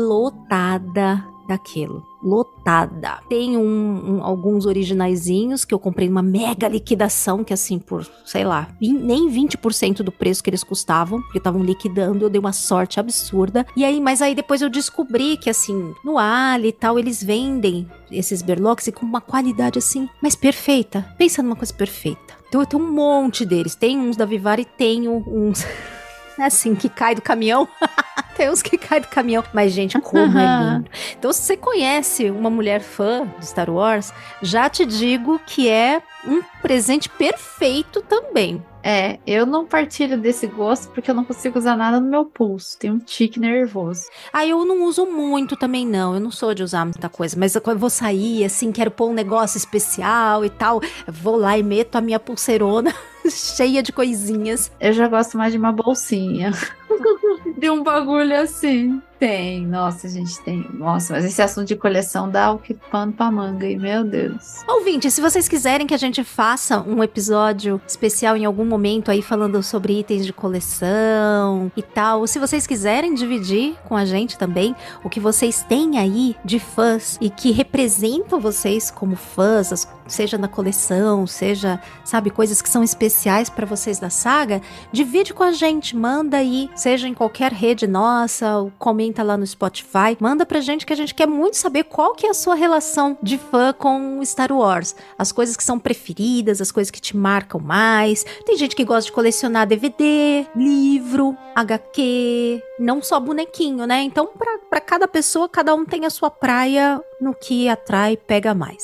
lotada daquilo. Lotada. Tem um, um, alguns originaizinhos que eu comprei numa mega liquidação, que assim, por, sei lá, vim, nem vinte por cento do preço que eles custavam, porque estavam liquidando, eu dei uma sorte absurda. E aí, mas aí depois eu descobri que assim, no Ali e tal, eles vendem esses berloques e com uma qualidade assim, mas perfeita. Pensa numa coisa perfeita. Então eu tenho um monte deles. Tem uns da Vivari, tenho uns... assim, que cai do caminhão. Tem uns que caem do caminhão. Mas, gente, como é lindo. Então, se você conhece uma mulher fã de Star Wars, já te digo que é um presente perfeito também. É, eu não partilho desse gosto porque eu não consigo usar nada no meu pulso. Tem um tique nervoso. Ah, eu não uso muito também, não. Eu não sou de usar muita coisa. Mas quando eu vou sair, assim, quero pôr um negócio especial e tal, eu vou lá e meto a minha pulseirona cheia de coisinhas. Eu já gosto mais de uma bolsinha. De um bagulho assim. Tem, nossa, a gente tem. Nossa, mas esse assunto de coleção dá o que pano pra manga, e meu Deus. Ouvinte, se vocês quiserem que a gente faça um episódio especial em algum momento aí falando sobre itens de coleção e tal, ou se vocês quiserem dividir com a gente também o que vocês têm aí de fãs e que representam vocês como fãs, as- seja na coleção, seja, sabe, coisas que são especiais pra vocês da saga, divide com a gente, manda aí, seja em qualquer rede nossa, ou comenta lá no Spotify, manda pra gente que a gente quer muito saber qual que é a sua relação de fã com Star Wars, as coisas que são preferidas, as coisas que te marcam mais. Tem gente que gosta de colecionar D V D, livro, H Q, não só bonequinho, né? Então, pra, pra cada pessoa, cada um tem a sua praia no que atrai e pega mais.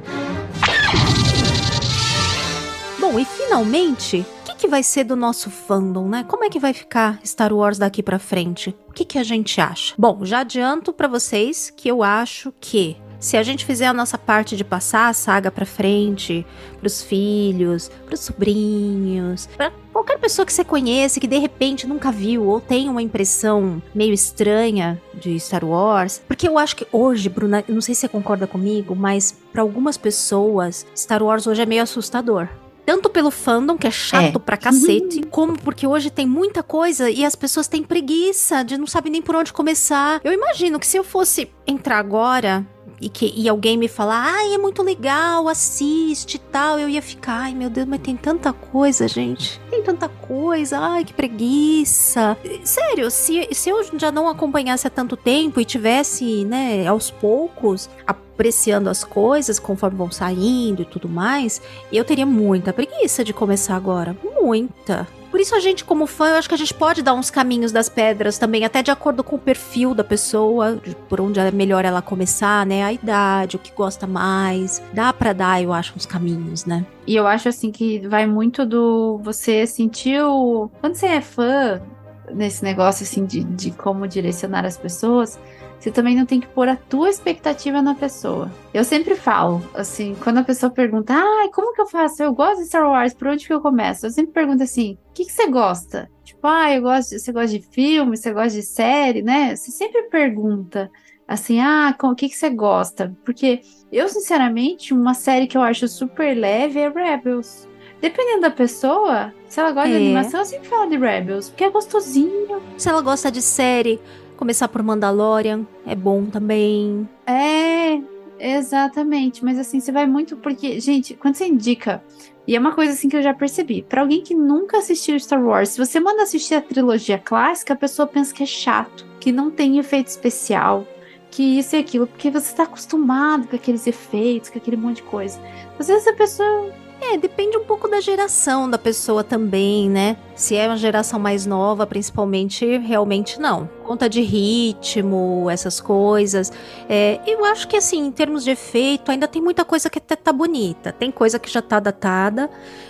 Bom, e finalmente, o que, que vai ser do nosso fandom, né? Como é que vai ficar Star Wars daqui pra frente? O que, que a gente acha? Bom, já adianto pra vocês que eu acho que se a gente fizer a nossa parte de passar a saga pra frente, pros filhos, pros sobrinhos, pra qualquer pessoa que você conheça que de repente nunca viu ou tem uma impressão meio estranha de Star Wars, porque eu acho que hoje, Bruna, eu não sei se você concorda comigo, mas pra algumas pessoas Star Wars hoje é meio assustador. Tanto pelo fandom, que é chato É. pra cacete, como porque hoje tem muita coisa e as pessoas têm preguiça de não sabem nem por onde começar. Eu imagino que se eu fosse entrar agora e, que, e alguém me falar, ai, é muito legal, assiste e tal, eu ia ficar, ai meu Deus, mas tem tanta coisa, gente. Tem tanta coisa, ai, que preguiça. Sério, se, se eu já não acompanhasse há tanto tempo e tivesse, né, aos poucos, apreciando as coisas conforme vão saindo e tudo mais, eu teria muita preguiça de começar agora. Muita. Por isso a gente, como fã, eu acho que a gente pode dar uns caminhos das pedras também, até de acordo com o perfil da pessoa, de por onde é melhor ela começar, né? A idade, o que gosta mais. Dá pra dar, eu acho, uns caminhos, né? E eu acho assim que vai muito do você sentir o. Quando você é fã nesse negócio assim de, de como direcionar as pessoas, você também não tem que pôr a tua expectativa na pessoa. Eu sempre falo, assim, quando a pessoa pergunta, ai, como que eu faço? Eu gosto de Star Wars, por onde que eu começo? Eu sempre pergunto assim, o que que você gosta? Tipo, ah, eu gosto de, você gosta de filme, você gosta de série, né? Você sempre pergunta, assim, ah, com, o que que você gosta? Porque eu, sinceramente, uma série que eu acho super leve é Rebels. Dependendo da pessoa, se ela gosta É. de animação, eu sempre falo de Rebels, porque é gostosinho. Se ela gosta de série, começar por Mandalorian é bom também. É, exatamente. Mas assim, você vai muito porque, gente, quando você indica, e é uma coisa assim que eu já percebi, pra alguém que nunca assistiu Star Wars, se você manda assistir a trilogia clássica, a pessoa pensa que é chato, que não tem efeito especial, que isso e aquilo, porque você tá acostumado com aqueles efeitos, com aquele monte de coisa. Às vezes a pessoa É, depende um pouco da geração da pessoa também, né? Se é uma geração mais nova, principalmente, realmente não. Conta de ritmo, essas coisas. É, eu acho que, assim, em termos de efeito, ainda tem muita coisa que até tá bonita. Tem coisa que já tá datada,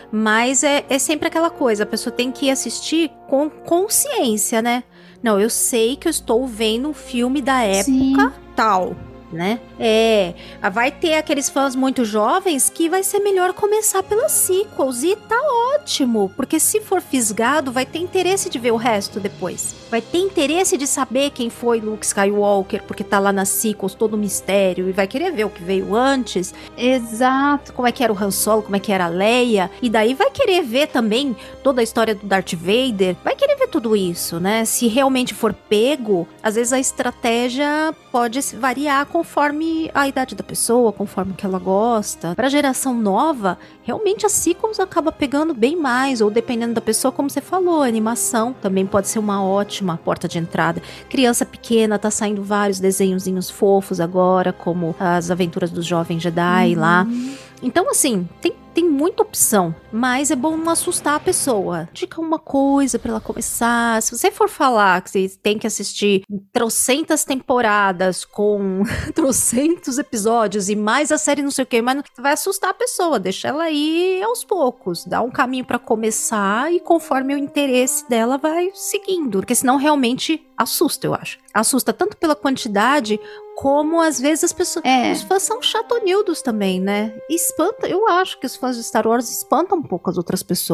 mas é, é sempre aquela coisa. A pessoa tem que assistir com consciência, né? Não, eu sei que eu estou vendo um filme da época Sim. tal, né? É, vai ter aqueles fãs muito jovens que vai ser melhor começar pelas sequels e tá ótimo, porque se for fisgado vai ter interesse de ver o resto depois. Vai ter interesse de saber quem foi Luke Skywalker, porque tá lá nas sequels todo o mistério e vai querer ver o que veio antes. Exato. Como é que era o Han Solo, como é que era a Leia, e daí vai querer ver também toda a história do Darth Vader, vai querer ver tudo isso, né? Se realmente for pego, às vezes a estratégia pode variar conforme a idade da pessoa, conforme o que ela gosta. Pra geração nova, realmente as sequels acaba pegando bem mais, ou dependendo da pessoa, como você falou, a animação também pode ser uma ótima porta de entrada. Criança pequena, tá saindo vários desenhozinhos fofos agora, como as aventuras dos jovens Jedi lá. Então, assim, tem, tem muita opção, mas é bom não assustar a pessoa. Dica uma coisa pra ela começar. Se você for falar que você tem que assistir trocentas temporadas com trocentos episódios e mais a série não sei o que, mas não- vai assustar a pessoa. Deixa ela ir aos poucos. Dá um caminho pra começar e conforme o interesse dela vai seguindo. Porque senão realmente assusta, eu acho. Assusta tanto pela quantidade como às vezes as pessoas. É. Os fãs são chatonildos também, né? E espanta, eu acho que os fãs de Star Wars espantam um pouco as outras pessoas.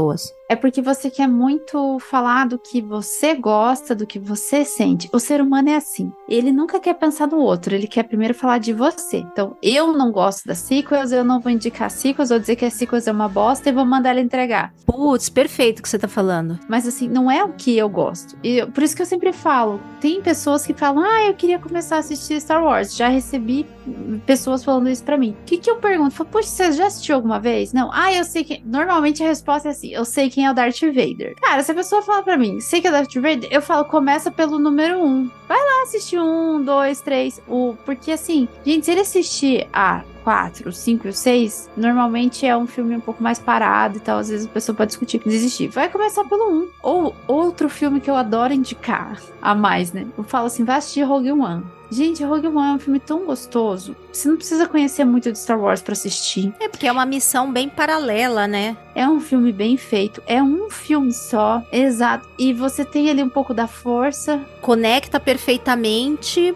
É porque você quer muito falar do que você gosta, do que você sente. O ser humano é assim. Ele nunca quer pensar no outro, ele quer primeiro falar de você. Então, eu não gosto das sequels, eu não vou indicar sequels, vou dizer que a sequels é uma bosta e vou mandar ela entregar. Putz, perfeito o que você tá falando. Mas assim, não é o que eu gosto. E eu- por isso que eu sempre falo, tem pessoas que falam, ah, eu queria começar a assistir Star Wars. Já recebi hum, pessoas falando isso pra mim. O que que eu pergunto? Falo, poxa, você já assistiu alguma vez? Não. Ah, eu sei que... Normalmente a resposta é assim, eu sei quem é o Darth Vader. Cara, se a pessoa fala pra mim, sei que é o Darth Vader, eu falo, começa pelo número um. Vai lá assistir um, dois, três, o... Porque assim, gente, se ele assistir a quatro, cinco e seis, normalmente é um filme um pouco mais parado e tal. Às vezes a pessoa pode discutir, desistir. Vai começar pelo um. Ou outro filme que eu adoro indicar a mais, né? Eu falo assim, vai assistir Rogue One. Gente, Rogue One é um filme tão gostoso. Você não precisa conhecer muito de Star Wars pra assistir. É porque é uma missão bem paralela, né? É um filme bem feito. É um filme só. Exato. E você tem ali um pouco da força. Conecta perfeitamente,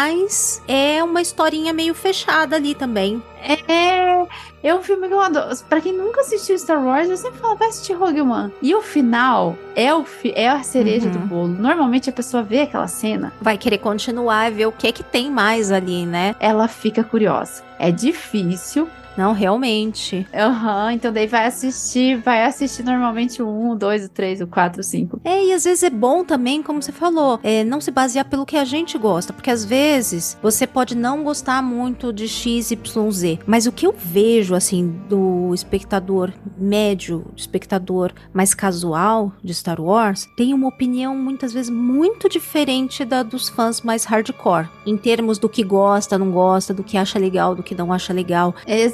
mas é uma historinha meio fechada ali também. É, é um filme que eu adoro. Pra quem nunca assistiu Star Wars, eu sempre falo, vai assistir Rogue One. E o final é, o fi- é a cereja Uhum. do bolo. Normalmente a pessoa vê aquela cena, Vai querer continuar e ver o que é que tem mais ali, né? ela fica curiosa. É difícil. Não, realmente. Aham, então daí vai assistir, vai assistir normalmente o um, o dois, o três, o quatro, o cinco. É, e às vezes é bom também, como você falou, é, não se basear pelo que a gente gosta, porque às vezes você pode não gostar muito de X Y Z, mas o que eu vejo, assim, do espectador médio, do espectador mais casual de Star Wars, tem uma opinião muitas vezes muito diferente da dos fãs mais hardcore, em termos do que gosta, não gosta, do que acha legal, do que não acha legal.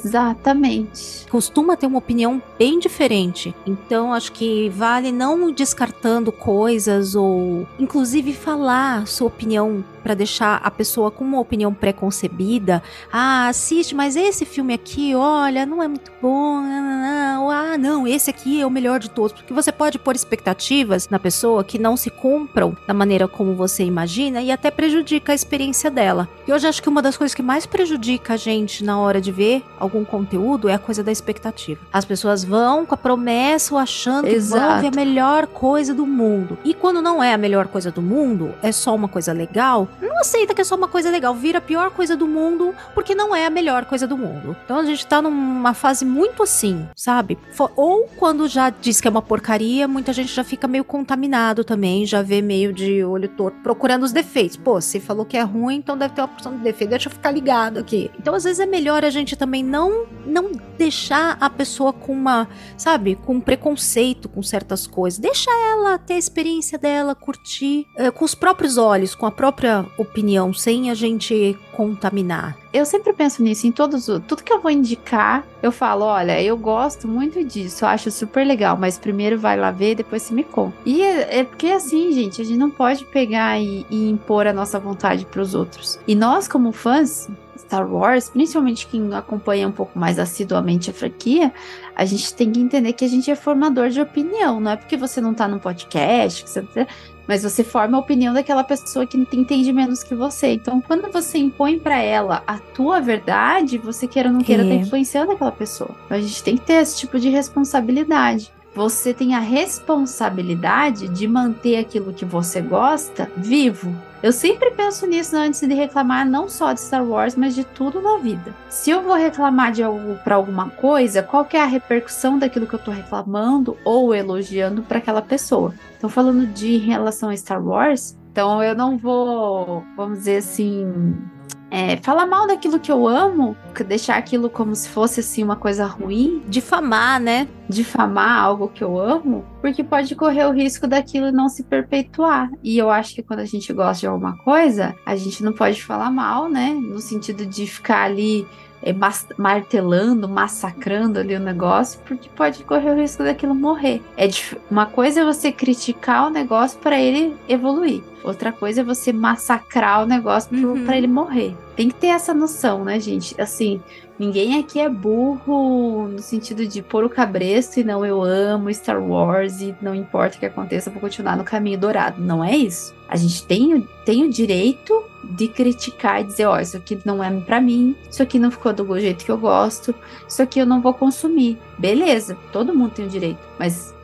Exatamente. Costuma ter uma opinião bem diferente. Então, acho que vale não ir descartando coisas ou, inclusive, falar sua opinião para deixar a pessoa com uma opinião preconcebida. Ah, assiste, mas esse filme aqui, olha, não é muito bom. Não, não, não. Ah, não, esse aqui é o melhor de todos. Porque você pode pôr expectativas na pessoa que não se cumpram da maneira como você imagina e até prejudica a experiência dela. E hoje acho que uma das coisas que mais prejudica a gente na hora de ver algum conteúdo é a coisa da expectativa. As pessoas vão com a promessa ou achando que vão Exato. ver a melhor coisa do mundo. E quando não é a melhor coisa do mundo, é só uma coisa legal, não aceita que é só uma coisa legal, vira a pior coisa do mundo porque não é a melhor coisa do mundo. Então a gente tá numa fase muito assim, sabe? Fo- Ou quando já diz que é uma porcaria, muita gente já fica meio contaminado também, já vê meio de olho torto, procurando os defeitos. Pô, se falou que é ruim, então deve ter uma porção de defeito, deixa eu ficar ligado aqui. Então às vezes é melhor a gente também não, não deixar a pessoa com uma, sabe, com preconceito com certas coisas. Deixa ela ter a experiência dela, curtir eh, com os próprios olhos, com a própria opinião, sem a gente contaminar. Eu sempre penso nisso, em todos, o- tudo que eu vou indicar, eu falo, olha, eu gosto muito disso, eu acho super legal, mas primeiro vai lá ver, depois você me conta. E é, é porque assim, gente, a gente não pode pegar e, e impor a nossa vontade pros outros. E nós, como fãs, Star Wars, principalmente quem acompanha um pouco mais assiduamente a franquia, a gente tem que entender que a gente é formador de opinião, não é porque você não tá num podcast, que você... mas você forma a opinião daquela pessoa que entende menos que você. Então, quando você impõe pra ela a tua verdade, você queira ou não queira, É. tá influenciando aquela pessoa. Então, a gente tem que ter esse tipo de responsabilidade. Você tem a responsabilidade de manter aquilo que você gosta vivo. Eu sempre penso nisso antes de reclamar não só de Star Wars, mas de tudo na vida. Se eu vou reclamar de algo para alguma coisa, qual que é a repercussão daquilo que eu tô reclamando ou elogiando para aquela pessoa? Então, falando de em relação a Star Wars, então eu não vou, vamos dizer assim, é, falar mal daquilo que eu amo, deixar aquilo como se fosse assim uma coisa ruim, Difamar, né? difamar algo que eu amo, porque pode correr o risco daquilo não se perpetuar. E eu acho que quando a gente gosta de alguma coisa, a gente não pode falar mal, né? No sentido de ficar ali é, mas- martelando, massacrando ali o negócio, porque pode correr o risco daquilo morrer. É dif- uma coisa é você criticar o negócio para ele evoluir. Outra coisa é você massacrar o negócio Uhum. para ele morrer. Tem que ter essa noção, né, gente? Assim, ninguém aqui é burro no sentido de pôr o cabresto e não, eu amo Star Wars e não importa o que aconteça, eu vou continuar no caminho dourado. Não é isso. A gente tem, o- tem o direito de criticar e dizer, ó, isso aqui não é pra mim, isso aqui não ficou do jeito que eu gosto, isso aqui eu não vou consumir. Beleza, todo mundo tem o direito, mas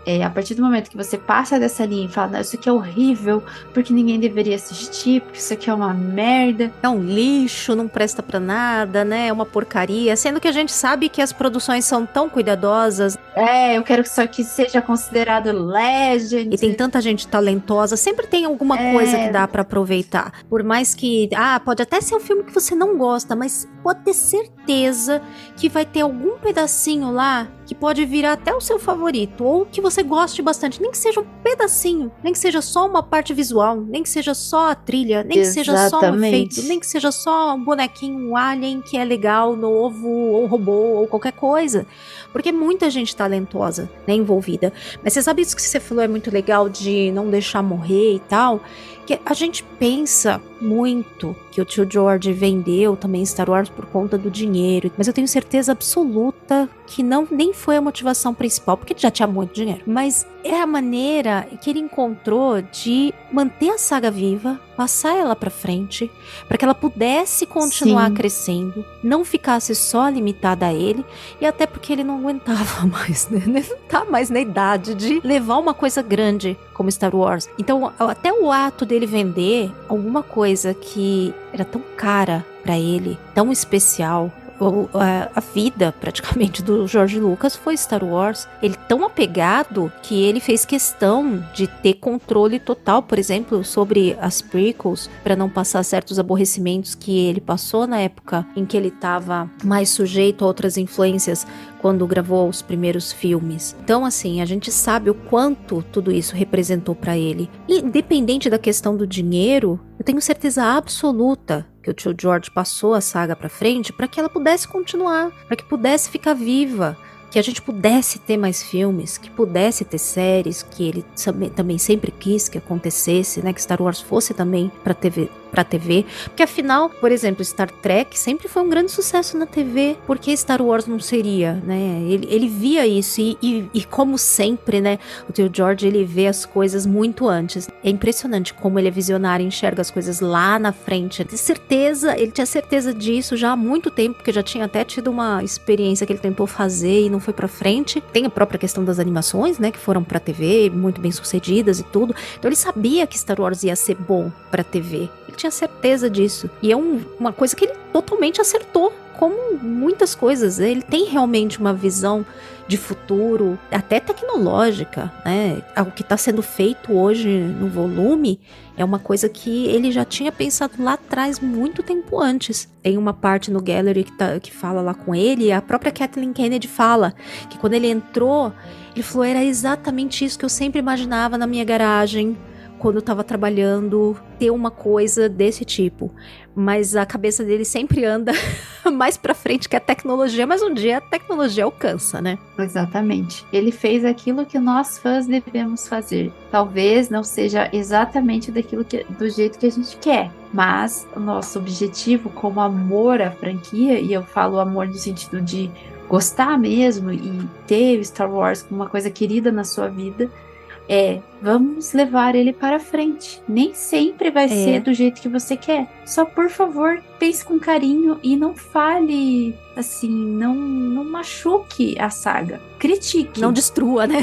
É, a partir do momento que você passa dessa linha e fala, não, isso aqui é horrível, porque ninguém deveria assistir, porque isso aqui é uma merda. É um lixo, não presta pra nada, né? É uma porcaria. Sendo que a gente sabe que as produções são tão cuidadosas. É, eu quero que isso aqui seja considerado legend. E tem tanta gente talentosa. Sempre tem alguma É. coisa que dá pra aproveitar. Por mais que... Ah, pode até ser um filme que você não gosta, mas pode ter certeza que vai ter algum pedacinho lá que pode virar até o seu favorito. Ou que você goste bastante. Nem que seja um pedacinho. Nem que seja só uma parte visual. Nem que seja só a trilha. Nem que seja só um Exatamente. efeito. Nem que seja só um bonequinho, um alien que é legal, novo, ou robô, ou qualquer coisa. Porque muita gente talentosa, né, envolvida. Mas você sabe isso que você falou é muito legal de não deixar morrer e tal? Que a gente pensa muito que o tio George vendeu também Star Wars por conta do dinheiro. Mas eu tenho certeza absoluta que não nem foi a motivação principal, porque ele já tinha muito dinheiro. Mas é a maneira que ele encontrou de manter a saga viva, passar ela pra frente, para que ela pudesse continuar Sim. crescendo, não ficasse só limitada a ele, e até porque ele não aguentava mais, né? Ele não tá mais na idade de levar uma coisa grande como Star Wars. Então, até o ato dele vender alguma coisa que era tão cara pra ele, tão especial, o- a, a vida praticamente do George Lucas foi Star Wars. Ele tão apegado que ele fez questão de ter controle total, por exemplo, sobre as prequels, para não passar certos aborrecimentos que ele passou na época em que ele estava mais sujeito a outras influências quando gravou os primeiros filmes. Então, assim, a gente sabe o quanto tudo isso representou para ele. Independente da questão do dinheiro, eu tenho certeza absoluta que o tio George passou a saga pra frente para que ela pudesse continuar, para que pudesse ficar viva, que a gente pudesse ter mais filmes, que pudesse ter séries, que ele também- também sempre quis que acontecesse, né, que Star Wars fosse também pra T V, pra T V, porque afinal, por exemplo, Star Trek sempre foi um grande sucesso na T V, por que Star Wars não seria, né? Ele, ele via isso e, e, e como sempre, né, o tio George, ele vê as coisas muito antes. É impressionante como ele é visionário, enxerga as coisas lá na frente. Ele tem certeza, ele tinha certeza disso já há muito tempo, porque já tinha até tido uma experiência que ele tentou fazer e não foi pra frente. Tem a própria questão das animações, né, que foram pra T V, muito bem sucedidas e tudo. Então ele sabia que Star Wars ia ser bom pra T V. Ele tinha certeza disso. E é um- uma coisa que ele totalmente acertou. Como muitas coisas, ele tem realmente uma visão de futuro, até tecnológica, né? O que está sendo feito hoje no volume é uma coisa que ele já tinha pensado lá atrás, muito tempo antes. Tem uma parte no Gallery que, tá, que fala lá com ele, e a própria Kathleen Kennedy fala que quando ele entrou, ele falou, era exatamente isso que eu sempre imaginava na minha garagem, quando eu tava trabalhando, ter uma coisa desse tipo. Mas a cabeça dele sempre anda mais pra frente que a tecnologia, mas um dia a tecnologia alcança, né? Exatamente. Ele fez aquilo que nós fãs devemos fazer. Talvez não seja exatamente daquilo que, do jeito que a gente quer, mas o nosso objetivo como amor à franquia, e eu falo amor no sentido de gostar mesmo e ter Star Wars como uma coisa querida na sua vida, é, vamos levar ele para frente. Nem sempre vai É. ser do jeito que você quer. Só, por favor, pense com carinho e não fale, assim, não, não machuque a saga. Critique. Não destrua, né?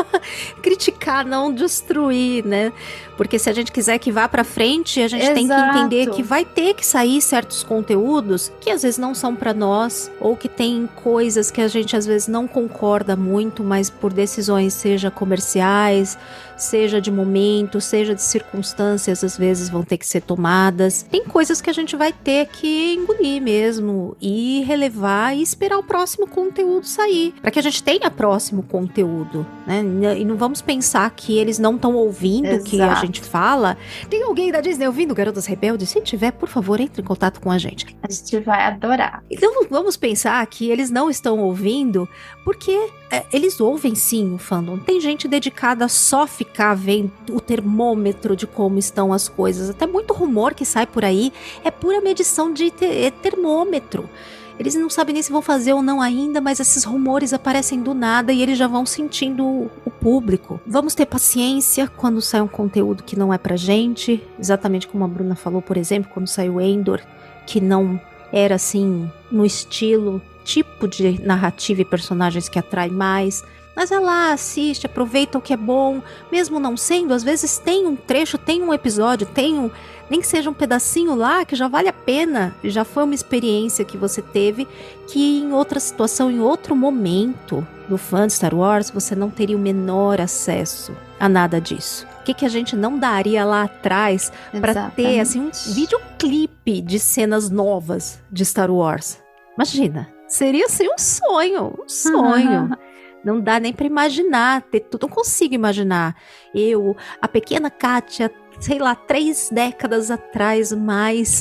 Criticar, não destruir, né? Porque se a gente quiser que vá pra frente, a gente tem que Exato. entender que vai ter que sair certos conteúdos que às vezes não são pra nós, ou que tem coisas que a gente às vezes não concorda muito, mas por decisões, seja comerciais, seja de momento, seja de circunstâncias, às vezes vão ter que ser tomadas. Tem coisas que a gente vai ter que engolir mesmo e relevar e esperar o próximo conteúdo sair, para que a gente tenha próximo conteúdo, né? E não vamos pensar que eles não estão ouvindo o que a Exato. gente fala. Tem alguém da Disney ouvindo Garotas Rebeldes? Se tiver, por favor, entre em contato com a gente. A gente vai adorar. Então não vamos pensar que eles não estão ouvindo, porque é, eles ouvem sim o fandom. Tem gente dedicada a só ficar vendo o termômetro de como estão as coisas. Até muito rumor que sai por aí é pura medição de te- é termômetro. Eles não sabem nem se vão fazer ou não ainda, mas esses rumores aparecem do nada e eles já vão sentindo o, o público. Vamos ter paciência quando sai um conteúdo que não é pra gente. Exatamente como a Bruna falou, por exemplo, quando saiu Endor, que não era assim no estilo, tipo de narrativa e personagens que atrai mais. Mas vai lá, assiste, aproveita o que é bom, mesmo não sendo, às vezes tem um trecho, tem um episódio, tem um, nem que seja um pedacinho lá, que já vale a pena, já foi uma experiência que você teve, que em outra situação, em outro momento do fã de Star Wars, você não teria o menor acesso a nada disso. O que, que a gente não daria lá atrás para ter assim, um videoclipe de cenas novas de Star Wars? Imagina, seria assim um sonho, um sonho. Não dá nem para imaginar, ter tudo, não consigo imaginar. Eu, a pequena Kátia, sei lá, três décadas atrás, mais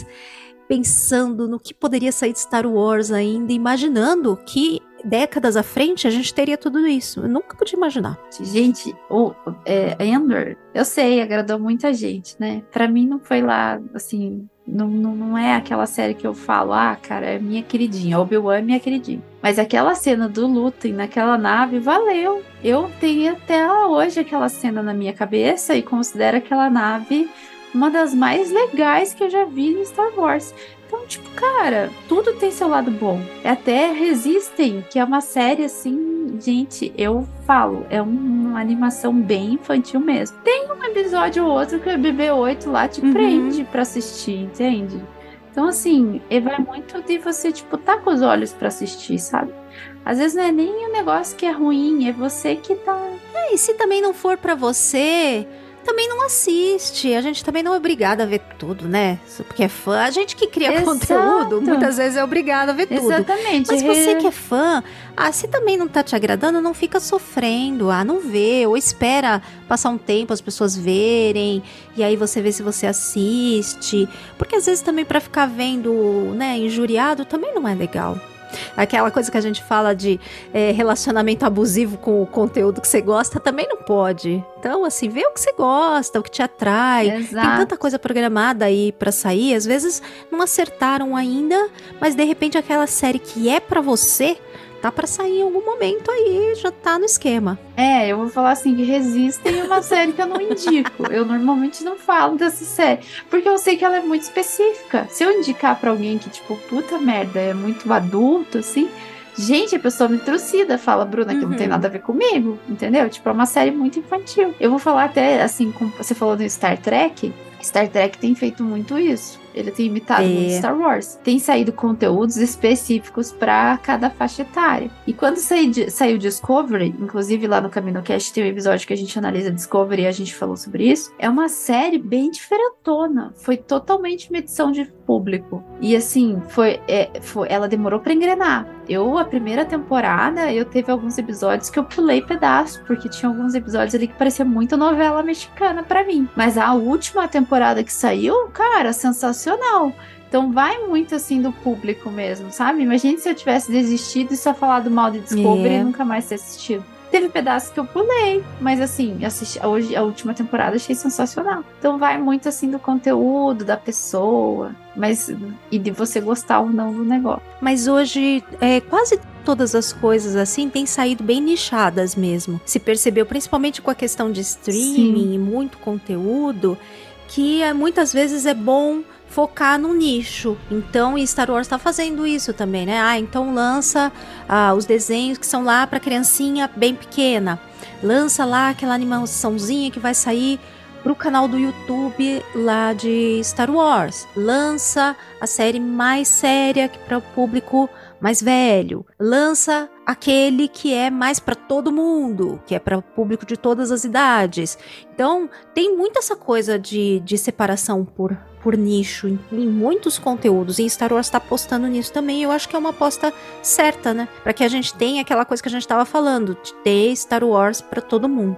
pensando no que poderia sair de Star Wars ainda, imaginando que décadas à frente a gente teria tudo isso. Eu nunca podia imaginar. Gente, o é, Andor, eu sei, agradou muita gente, né? Pra mim não foi lá, assim, não, não, não é aquela série que eu falo, ah, cara, é minha queridinha, Obi-Wan é minha queridinha. Mas aquela cena do Lutem naquela nave, valeu. Eu tenho até hoje aquela cena na minha cabeça e considero aquela nave uma das mais legais que eu já vi em Star Wars. Então, tipo, cara, tudo tem seu lado bom. Até Resistem, que é uma série assim, gente, eu falo, é uma animação bem infantil mesmo. Tem um episódio ou outro que o B B oito lá te uhum. prende pra assistir, entende? Então, assim, vai muito de você, tipo, tá com os olhos pra assistir, sabe? Às vezes não é nem o negócio que é ruim, é você que tá... É, e se também não for pra você... também não assiste, a gente também não é obrigada a ver tudo, né? Porque é fã, a gente que cria Exato. Conteúdo, muitas vezes é obrigada a ver tudo. Exatamente. Mas você que é fã, ah, se também não tá te agradando, não fica sofrendo, ah, não vê, ou espera passar um tempo as pessoas verem, e aí você vê se você assiste, porque às vezes também pra ficar vendo, né, injuriado, também não é legal. Aquela coisa que a gente fala de é, relacionamento abusivo com o conteúdo que você gosta, também não pode. Então, assim, vê o que você gosta, o que te atrai. Exato. Tem tanta coisa programada aí pra sair. Às vezes não acertaram ainda, mas de repente aquela série que é pra você, tá pra sair em algum momento aí, já tá no esquema. É, eu vou falar assim, que Resistem é uma série que eu não indico. Eu normalmente não falo dessa série, porque eu sei que ela é muito específica. Se eu indicar pra alguém que, tipo, puta merda, é muito adulto, assim... Gente, a pessoa me trucida, fala, Bruna, que uhum. não tem nada a ver comigo, entendeu? Tipo, é uma série muito infantil. Eu vou falar até, assim, como você falou do Star Trek, Star Trek tem feito muito isso. Ele tem imitado é. muito Star Wars. Tem saído conteúdos específicos para cada faixa etária. E quando saiu, saiu Discovery, inclusive lá no CaminoCast tem um episódio que a gente analisa Discovery e a gente falou sobre isso, é uma série bem diferentona. Foi totalmente uma edição de público. E assim, foi, é, foi, ela demorou para engrenar. Eu, a primeira temporada, eu teve alguns episódios que eu pulei pedaço, porque tinha alguns episódios ali que parecia muito novela mexicana para mim. Mas a última temporada que saiu, cara, sensacional. Então vai muito assim do público mesmo, sabe? Imagina se eu tivesse desistido e só falado mal de Discovery yeah. e nunca mais ter assistido. Teve pedaços que eu pulei, mas assim, assisti, hoje a última temporada achei sensacional. Então vai muito assim do conteúdo, da pessoa, mas e de você gostar ou não do negócio. Mas hoje é quase todas as coisas assim têm saído bem nichadas mesmo. Se percebeu, principalmente com a questão de streaming Sim. e muito conteúdo, que é, muitas vezes é bom focar no nicho. Então, e Star Wars tá fazendo isso também, né? Ah, então lança ah, os desenhos que são lá pra criancinha bem pequena. Lança lá aquela animaçãozinha que vai sair pro canal do YouTube lá de Star Wars. Lança a série mais séria que para o público mais velho. Lança aquele que é mais para todo mundo, que é para o público de todas as idades. Então, tem muito essa coisa de, de separação por, por nicho em, em muitos conteúdos. E Star Wars está apostando nisso também. Eu acho que é uma aposta certa, né? Para que a gente tenha aquela coisa que a gente estava falando, de ter Star Wars para todo mundo.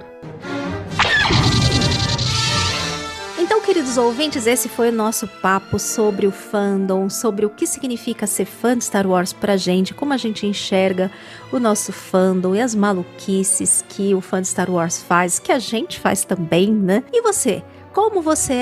Então, queridos ouvintes, esse foi o nosso papo sobre o fandom, sobre o que significa ser fã de Star Wars pra gente, como a gente enxerga o nosso fandom e as maluquices que o fã de Star Wars faz, que a gente faz também, né? E você? Como você é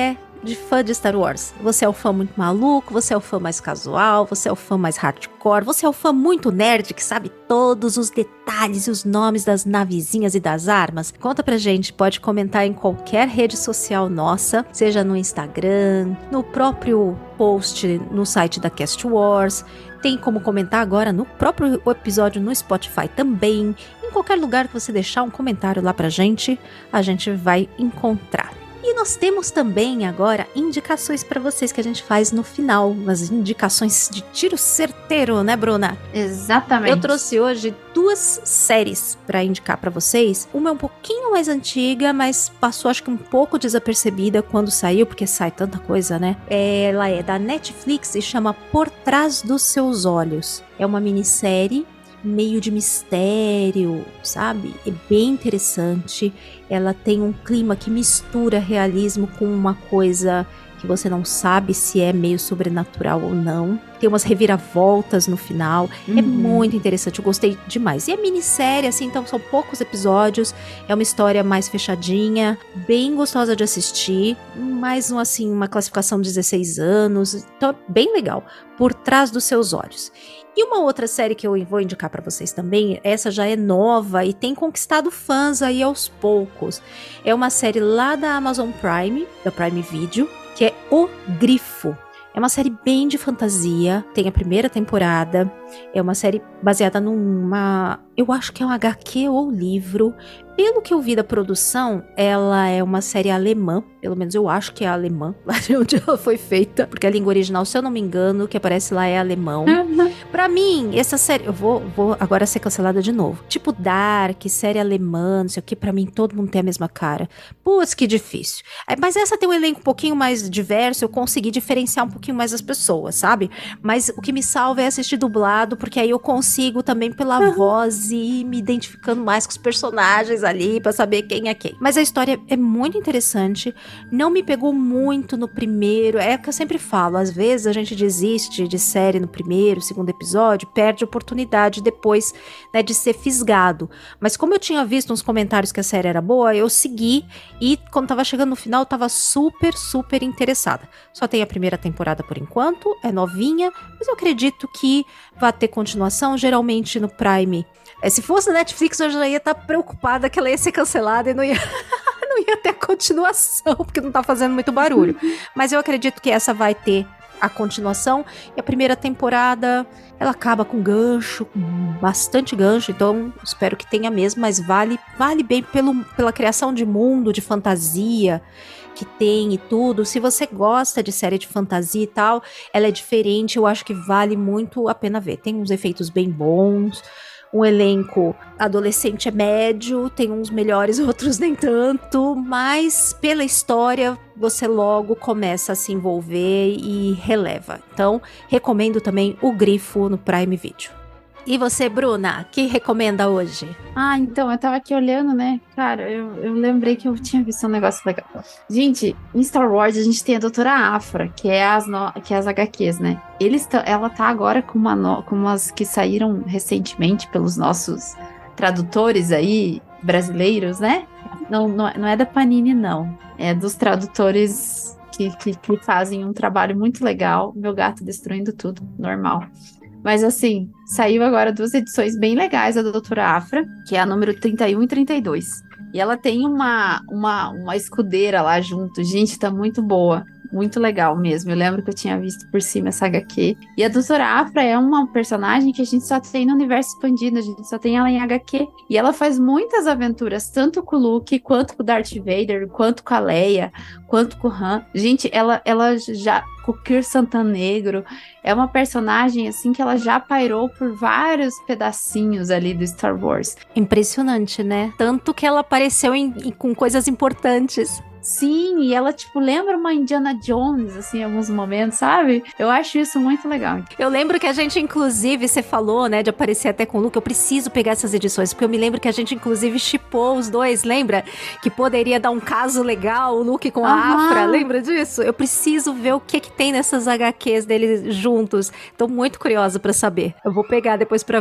de fã de Star Wars. Você é o fã muito maluco, você é o fã mais casual, você é o fã mais hardcore, você é o fã muito nerd que sabe todos os detalhes e os nomes das navezinhas e das armas? Conta pra gente, pode comentar em qualquer rede social nossa, seja no Instagram, no próprio post no site da Cast Wars, tem como comentar agora no próprio episódio no Spotify também. Em qualquer lugar que você deixar um comentário lá pra gente, a gente vai encontrar. E nós temos também agora indicações para vocês que a gente faz no final, as indicações de tiro certeiro, né, Bruna? Exatamente. Eu trouxe hoje duas séries para indicar para vocês. Uma é um pouquinho mais antiga, mas passou acho que um pouco desapercebida quando saiu, porque sai tanta coisa, né? Ela é da Netflix e chama Por Trás dos Seus Olhos. É uma minissérie meio de mistério, sabe? É bem interessante. Ela tem um clima que mistura realismo com uma coisa que você não sabe se é meio sobrenatural ou não. Tem umas reviravoltas no final. Uhum. É muito interessante, eu gostei demais. E é minissérie, assim, então são poucos episódios. É uma história mais fechadinha, bem gostosa de assistir. Mais um, assim, uma classificação de dezesseis anos. Então é bem legal. Por Trás dos Seus Olhos. E uma outra série que eu vou indicar pra vocês também, essa já é nova e tem conquistado fãs aí aos poucos. É uma série lá da Amazon Prime, da Prime Video, que é O Grifo. É uma série bem de fantasia, tem a primeira temporada, é uma série baseada numa... eu acho que é um agá quê ou livro. Pelo que eu vi da produção, ela é uma série alemã, pelo menos eu acho que é alemã, lá de onde ela foi feita, porque a língua original, se eu não me engano, que aparece lá é alemão. Uhum. Pra mim, essa série, eu vou, vou agora ser cancelada de novo. Tipo Dark, série alemã, não sei o que, pra mim todo mundo tem a mesma cara. Putz, que difícil. Mas essa tem um elenco um pouquinho mais diverso, eu consegui diferenciar um pouquinho mais as pessoas, sabe? Mas o que me salva é assistir dublado, porque aí eu consigo também pela uhum. voz e ir me identificando mais com os personagens ali pra saber quem é quem. Mas a história é muito interessante, não me pegou muito no primeiro, é o que eu sempre falo, às vezes a gente desiste de série no primeiro, segundo episódio, perde a oportunidade depois, né, de ser fisgado. Mas como eu tinha visto uns comentários que a série era boa, eu segui e quando tava chegando no final, eu tava super, super interessada. Só tem a primeira temporada por enquanto, é novinha, mas eu acredito que vai ter continuação, geralmente no Prime. É, se fosse na Netflix, eu já ia estar preocupada que ela ia ser cancelada e não ia, não ia ter a continuação, porque não tá fazendo muito barulho. Mas eu acredito que essa vai ter a continuação. E a primeira temporada, ela acaba com gancho, com bastante gancho, então espero que tenha mesmo, mas vale, vale bem pelo, pela criação de mundo, de fantasia que tem e tudo. Se você gosta de série de fantasia e tal, ela é diferente, eu acho que vale muito a pena ver. Tem uns efeitos bem bons, um elenco adolescente é médio, tem uns melhores, outros nem tanto, mas pela história você logo começa a se envolver e releva. Então, recomendo também O Grifo no Prime Video. E você, Bruna, que recomenda hoje? Ah, então, eu tava aqui olhando, né? Cara, eu, eu lembrei que eu tinha visto um negócio legal. Gente, em Star Wars a gente tem a Doutora Aphra, que é as, no... que é as agá quês, né? Eles t... Ela tá agora com, uma no... com umas que saíram recentemente pelos nossos tradutores aí, brasileiros, né? Não, não, não é da Panini, não. É dos tradutores que, que, que fazem um trabalho muito legal. Meu gato destruindo tudo, normal. Mas assim, saiu agora duas edições bem legais da Doutora Aphra, que é a número trinta e um e trinta e dois. E ela tem uma, uma, uma escudeira lá junto. Gente, tá muito boa. Muito legal mesmo. Eu lembro que eu tinha visto por cima essa agá quê. E a Doutora Aphra é uma personagem que a gente só tem no universo expandido. A gente só tem ela em agá quê. E ela faz muitas aventuras, tanto com o Luke, quanto com o Darth Vader, quanto com a Leia, quanto com o Han. Gente, ela, ela já... com o Kir Santanegro. É uma personagem, assim, que ela já pairou por vários pedacinhos ali do Star Wars. Impressionante, né? Tanto que ela apareceu em, em, com coisas importantes. Sim, e ela, tipo, lembra uma Indiana Jones, assim, em alguns momentos, sabe? Eu acho isso muito legal. Eu lembro que a gente, inclusive, você falou, né, de aparecer até com o Luke, eu preciso pegar essas edições, porque eu me lembro que a gente, inclusive, shippou os dois, lembra? Que poderia dar um caso legal, o Luke com a Aham. Aphra, lembra disso? Eu preciso ver o que que tem nessas agá quês deles juntos. Tô muito curiosa pra saber. Eu vou pegar depois pra ver.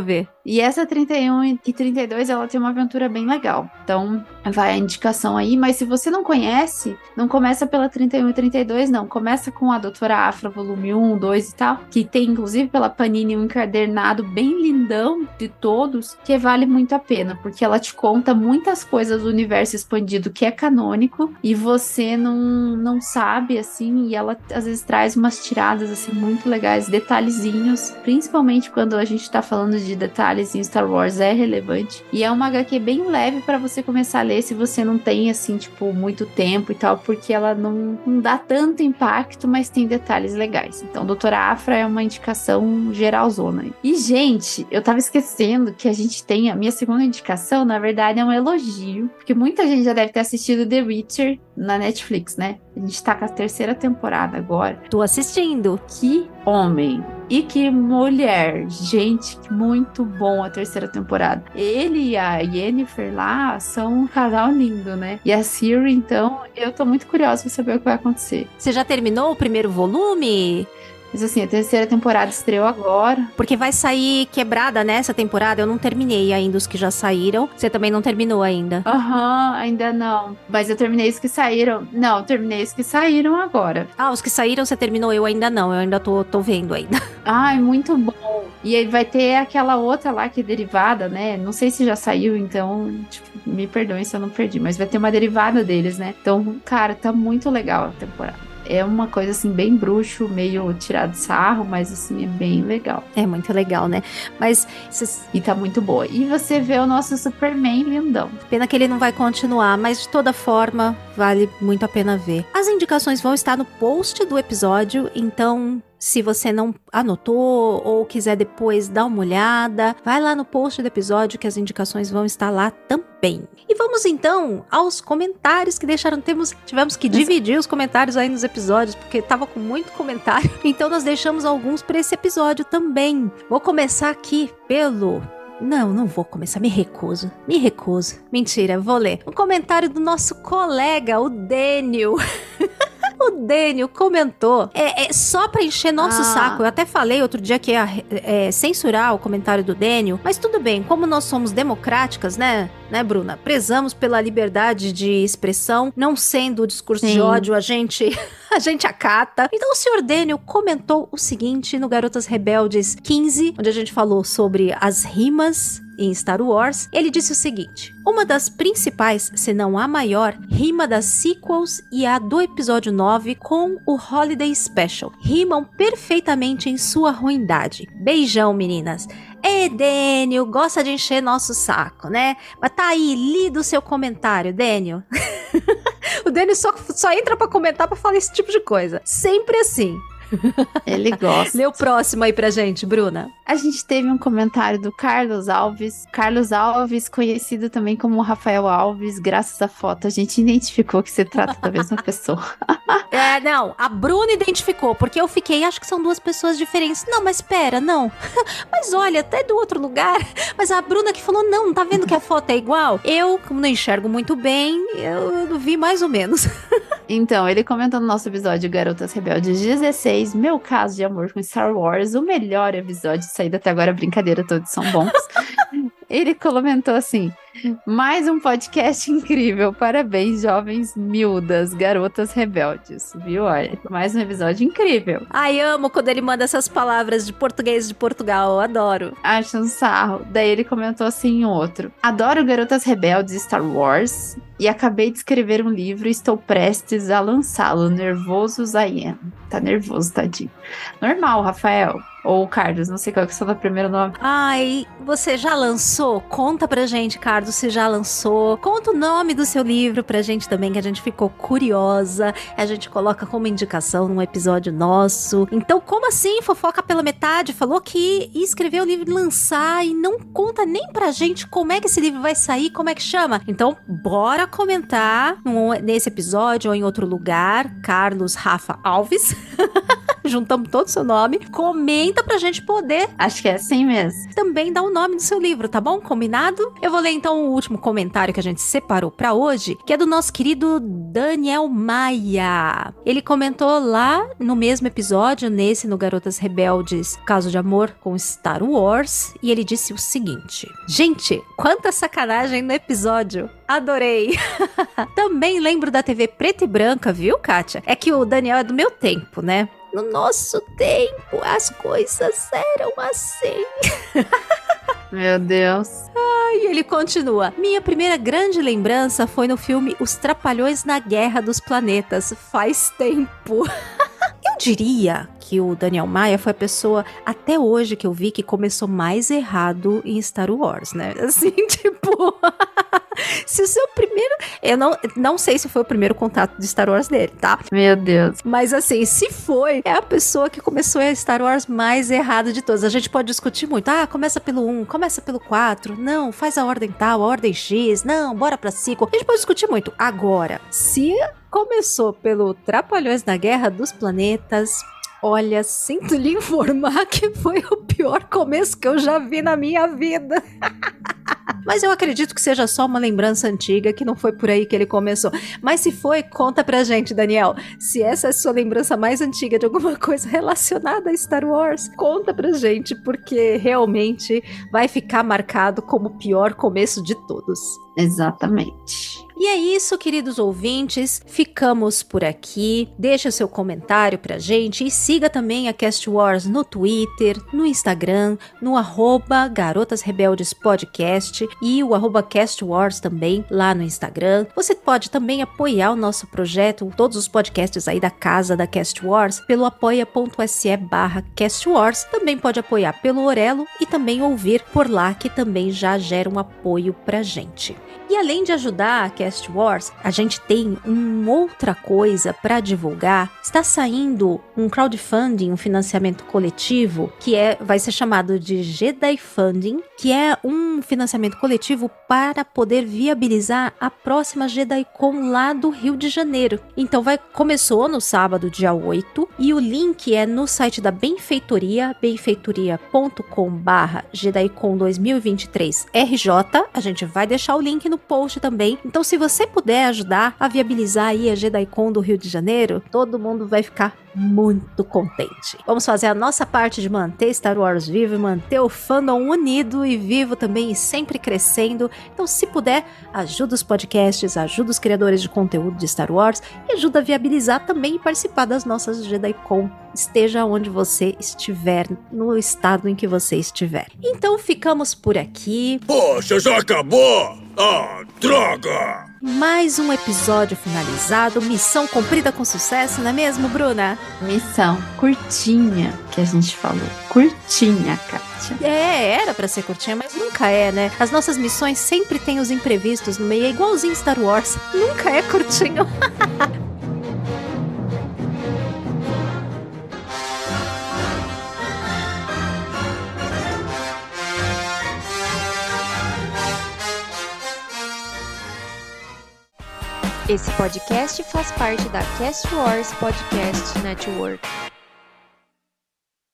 E essa trinta e um e trinta e dois, ela tem uma aventura bem legal. Então, vai a indicação aí. Mas se você não conhece, não começa pela trinta e um e trinta e dois, não. Começa com a Doutora Afra, volume um, dois e tal. Que tem, inclusive, pela Panini, um encadernado bem lindão de todos, que vale muito a pena. Porque ela te conta muitas coisas do universo expandido que é canônico. E você não, não sabe, assim. E ela, às vezes, traz umas tiradas, assim, muito legais. Detalhezinhos. Principalmente quando a gente tá falando de detalhes em Star Wars, é relevante. E é uma agá quê bem leve pra você começar a ler se você não tem, assim, tipo, muito tempo e tal, porque ela não, não dá tanto impacto, mas tem detalhes legais. Então, Doutora Afra é uma indicação geralzona aí. E, gente, eu tava esquecendo que a gente tem a minha segunda indicação, na verdade, é um elogio, porque muita gente já deve ter assistido The Witcher na Netflix, né? A gente tá com a terceira temporada agora. Tô assistindo. Que homem e que mulher. Gente, muito bom a terceira temporada. Ele e a Yennefer lá são um casal lindo, né? E a Ciri, então, eu tô muito curiosa pra saber o que vai acontecer. Você já terminou o primeiro volume? Mas assim, a terceira temporada estreou agora. Porque vai sair quebrada nessa temporada. Eu não terminei ainda os que já saíram. Você também não terminou ainda? Aham, uhum, ainda não. Mas eu terminei os que saíram. Não, eu terminei os que saíram agora. Ah, os que saíram você terminou? Eu ainda não. Eu ainda tô, tô vendo ainda. Ai, muito bom. E aí vai ter aquela outra lá que é derivada, né? Não sei se já saiu, então, tipo, me perdoem se eu não perdi. Mas vai ter uma derivada deles, né? Então, cara, tá muito legal a temporada. É uma coisa, assim, bem bruxo, meio tirado de sarro, mas, assim, é bem legal. É muito legal, né? Mas... Cês... E tá muito boa. E você vê o nosso Superman lindão. Pena que ele não vai continuar, mas, de toda forma, vale muito a pena ver. As indicações vão estar no post do episódio, então... Se você não anotou ou quiser depois dar uma olhada, vai lá no post do episódio que as indicações vão estar lá também. E vamos então aos comentários que deixaram. Temos, tivemos que dividir os comentários aí nos episódios, porque tava com muito comentário. Então nós deixamos alguns para esse episódio também. Vou começar aqui pelo... Não, não vou começar, me recuso, me recuso. Mentira, vou ler. Um comentário do nosso colega, o Daniel. O Daniel comentou, é, é só pra encher nosso ah. saco. Eu até falei outro dia que ia é, censurar o comentário do Daniel, mas tudo bem, como nós somos democráticas, né, né, Bruna? Prezamos pela liberdade de expressão, não sendo o discurso Sim. de ódio, a gente, a gente acata. Então o senhor Daniel comentou o seguinte no Garotas Rebeldes quinze, onde a gente falou sobre as rimas em Star Wars. Ele disse o seguinte: uma das principais, se não a maior, rima das sequels e a do episódio nove com o Holiday Special. Rimam perfeitamente em sua ruindade. Beijão, meninas. É, Daniel, gosta de encher nosso saco, né? Mas tá aí, lido o seu comentário, Daniel. O Daniel só, só entra pra comentar pra falar esse tipo de coisa. Sempre assim. Ele gosta. Lê o próximo aí pra gente, Bruna. A gente teve um comentário do Carlos Alves. Carlos Alves, conhecido também como Rafael Alves. Graças à foto, a gente identificou que se trata da mesma pessoa. É, não, a Bruna identificou, porque eu fiquei, acho que são duas pessoas diferentes. Não, mas espera, não. Mas olha, até do outro lugar. Mas a Bruna que falou, não, tá vendo que a foto é igual? Eu, como não enxergo muito bem, eu, eu vi mais ou menos. Então, ele comentou no nosso episódio Garotas Rebeldes dezesseis, meu caso de amor com Star Wars, o melhor episódio saído até agora, brincadeira, todos são bons. Ele comentou assim: mais um podcast incrível, parabéns, jovens miúdas, garotas rebeldes, viu? Olha, mais um episódio incrível. Ai, amo quando ele manda essas palavras de português de Portugal, eu adoro. Acho um sarro. Daí ele comentou assim em outro: adoro Garotas Rebeldes Star Wars e acabei de escrever um livro e estou prestes a lançá-lo, nervoso Zayen. Tá nervoso, tadinho. Normal, Rafael. Ou Carlos, não sei qual que é o seu primeiro nome. Ai, você já lançou? Conta pra gente, Carlos, se já lançou. Conta o nome do seu livro pra gente também, que a gente ficou curiosa. A gente coloca como indicação num episódio nosso. Então, como assim, fofoca pela metade? Falou que ia escrever o livro e lançar e não conta nem pra gente como é que esse livro vai sair, como é que chama. Então, bora comentar nesse episódio ou em outro lugar. Carlos Rafa Alves. Juntamos todo o seu nome. Comenta pra gente poder Acho que é assim mesmo. também dar o nome do seu livro, tá bom? Combinado? Eu vou ler então o último comentário que a gente separou pra hoje, que é do nosso querido Daniel Maia. Ele comentou lá no mesmo episódio, nesse no Garotas Rebeldes, Caso de Amor com Star Wars, e ele disse o seguinte: gente, quanta sacanagem no episódio. Adorei. Também lembro da T V preta e branca, viu, Kátia? É que o Daniel é do meu tempo, né? No nosso tempo, as coisas eram assim. Meu Deus. E ele continua: minha primeira grande lembrança foi no filme Os Trapalhões na Guerra dos Planetas. Faz tempo. Eu diria que o Daniel Maia foi a pessoa, até hoje, que eu vi que começou mais errado em Star Wars, né? Assim, tipo... se o seu primeiro... Eu não, não sei se foi o primeiro contato de Star Wars dele, tá? Meu Deus. Mas assim, se foi, é a pessoa que começou a Star Wars mais errada de todas. A gente pode discutir muito. Ah, começa pelo um, começa pelo quatro. Não, faz a ordem tal, a ordem X. Não, bora pra cinco. A gente pode discutir muito. Agora, se começou pelo Trapalhões na Guerra dos Planetas... Olha, sinto lhe informar que foi o pior começo que eu já vi na minha vida. Mas eu acredito que seja só uma lembrança antiga, que não foi por aí que ele começou. Mas se foi, conta pra gente, Daniel. Se essa é a sua lembrança mais antiga de alguma coisa relacionada a Star Wars, conta pra gente, porque realmente vai ficar marcado como o pior começo de todos. Exatamente. E é isso, queridos ouvintes, ficamos por aqui. Deixa o seu comentário pra gente e siga também a Cast Wars no Twitter, no Instagram, no arroba Garotas Rebeldes Podcast e o arroba Cast Wars também lá no Instagram. Você pode também apoiar o nosso projeto, todos os podcasts aí da casa da Cast Wars, pelo apoia.se barra Cast Wars. Também pode apoiar pelo Orelo e também ouvir por lá, que também já gera um apoio pra gente. E além de ajudar a Cast Wars, a gente tem uma outra coisa para divulgar. Está saindo um crowdfunding, um financiamento coletivo, que é, vai ser chamado de Jedi Funding, que é um financiamento coletivo para poder viabilizar a próxima JediCon lá do Rio de Janeiro. Então vai, começou no sábado, dia oito, e o link é no site da Benfeitoria, benfeitoria ponto com barra JediCon dois mil e vinte e três R J. A gente vai deixar o link no post também. Então, se você puder ajudar a viabilizar aí a JediCon do Rio de Janeiro, todo mundo vai ficar muito contente. Vamos fazer a nossa parte de manter Star Wars vivo e manter o fandom unido e vivo também e sempre crescendo. Então, se puder, ajuda os podcasts, ajuda os criadores de conteúdo de Star Wars e ajuda a viabilizar também e participar das nossas JediCon, esteja onde você estiver, no estado em que você estiver. Então, ficamos por aqui. Poxa, já acabou? Ah, droga! Mais um episódio finalizado, missão cumprida com sucesso, não é mesmo, Bruna? Missão curtinha que a gente falou. Curtinha, Kátia. É, era pra ser curtinha, mas nunca é, né? As nossas missões sempre tem os imprevistos no meio, é igualzinho Star Wars. Nunca é curtinho. Esse podcast faz parte da Cast Wars Podcast Network.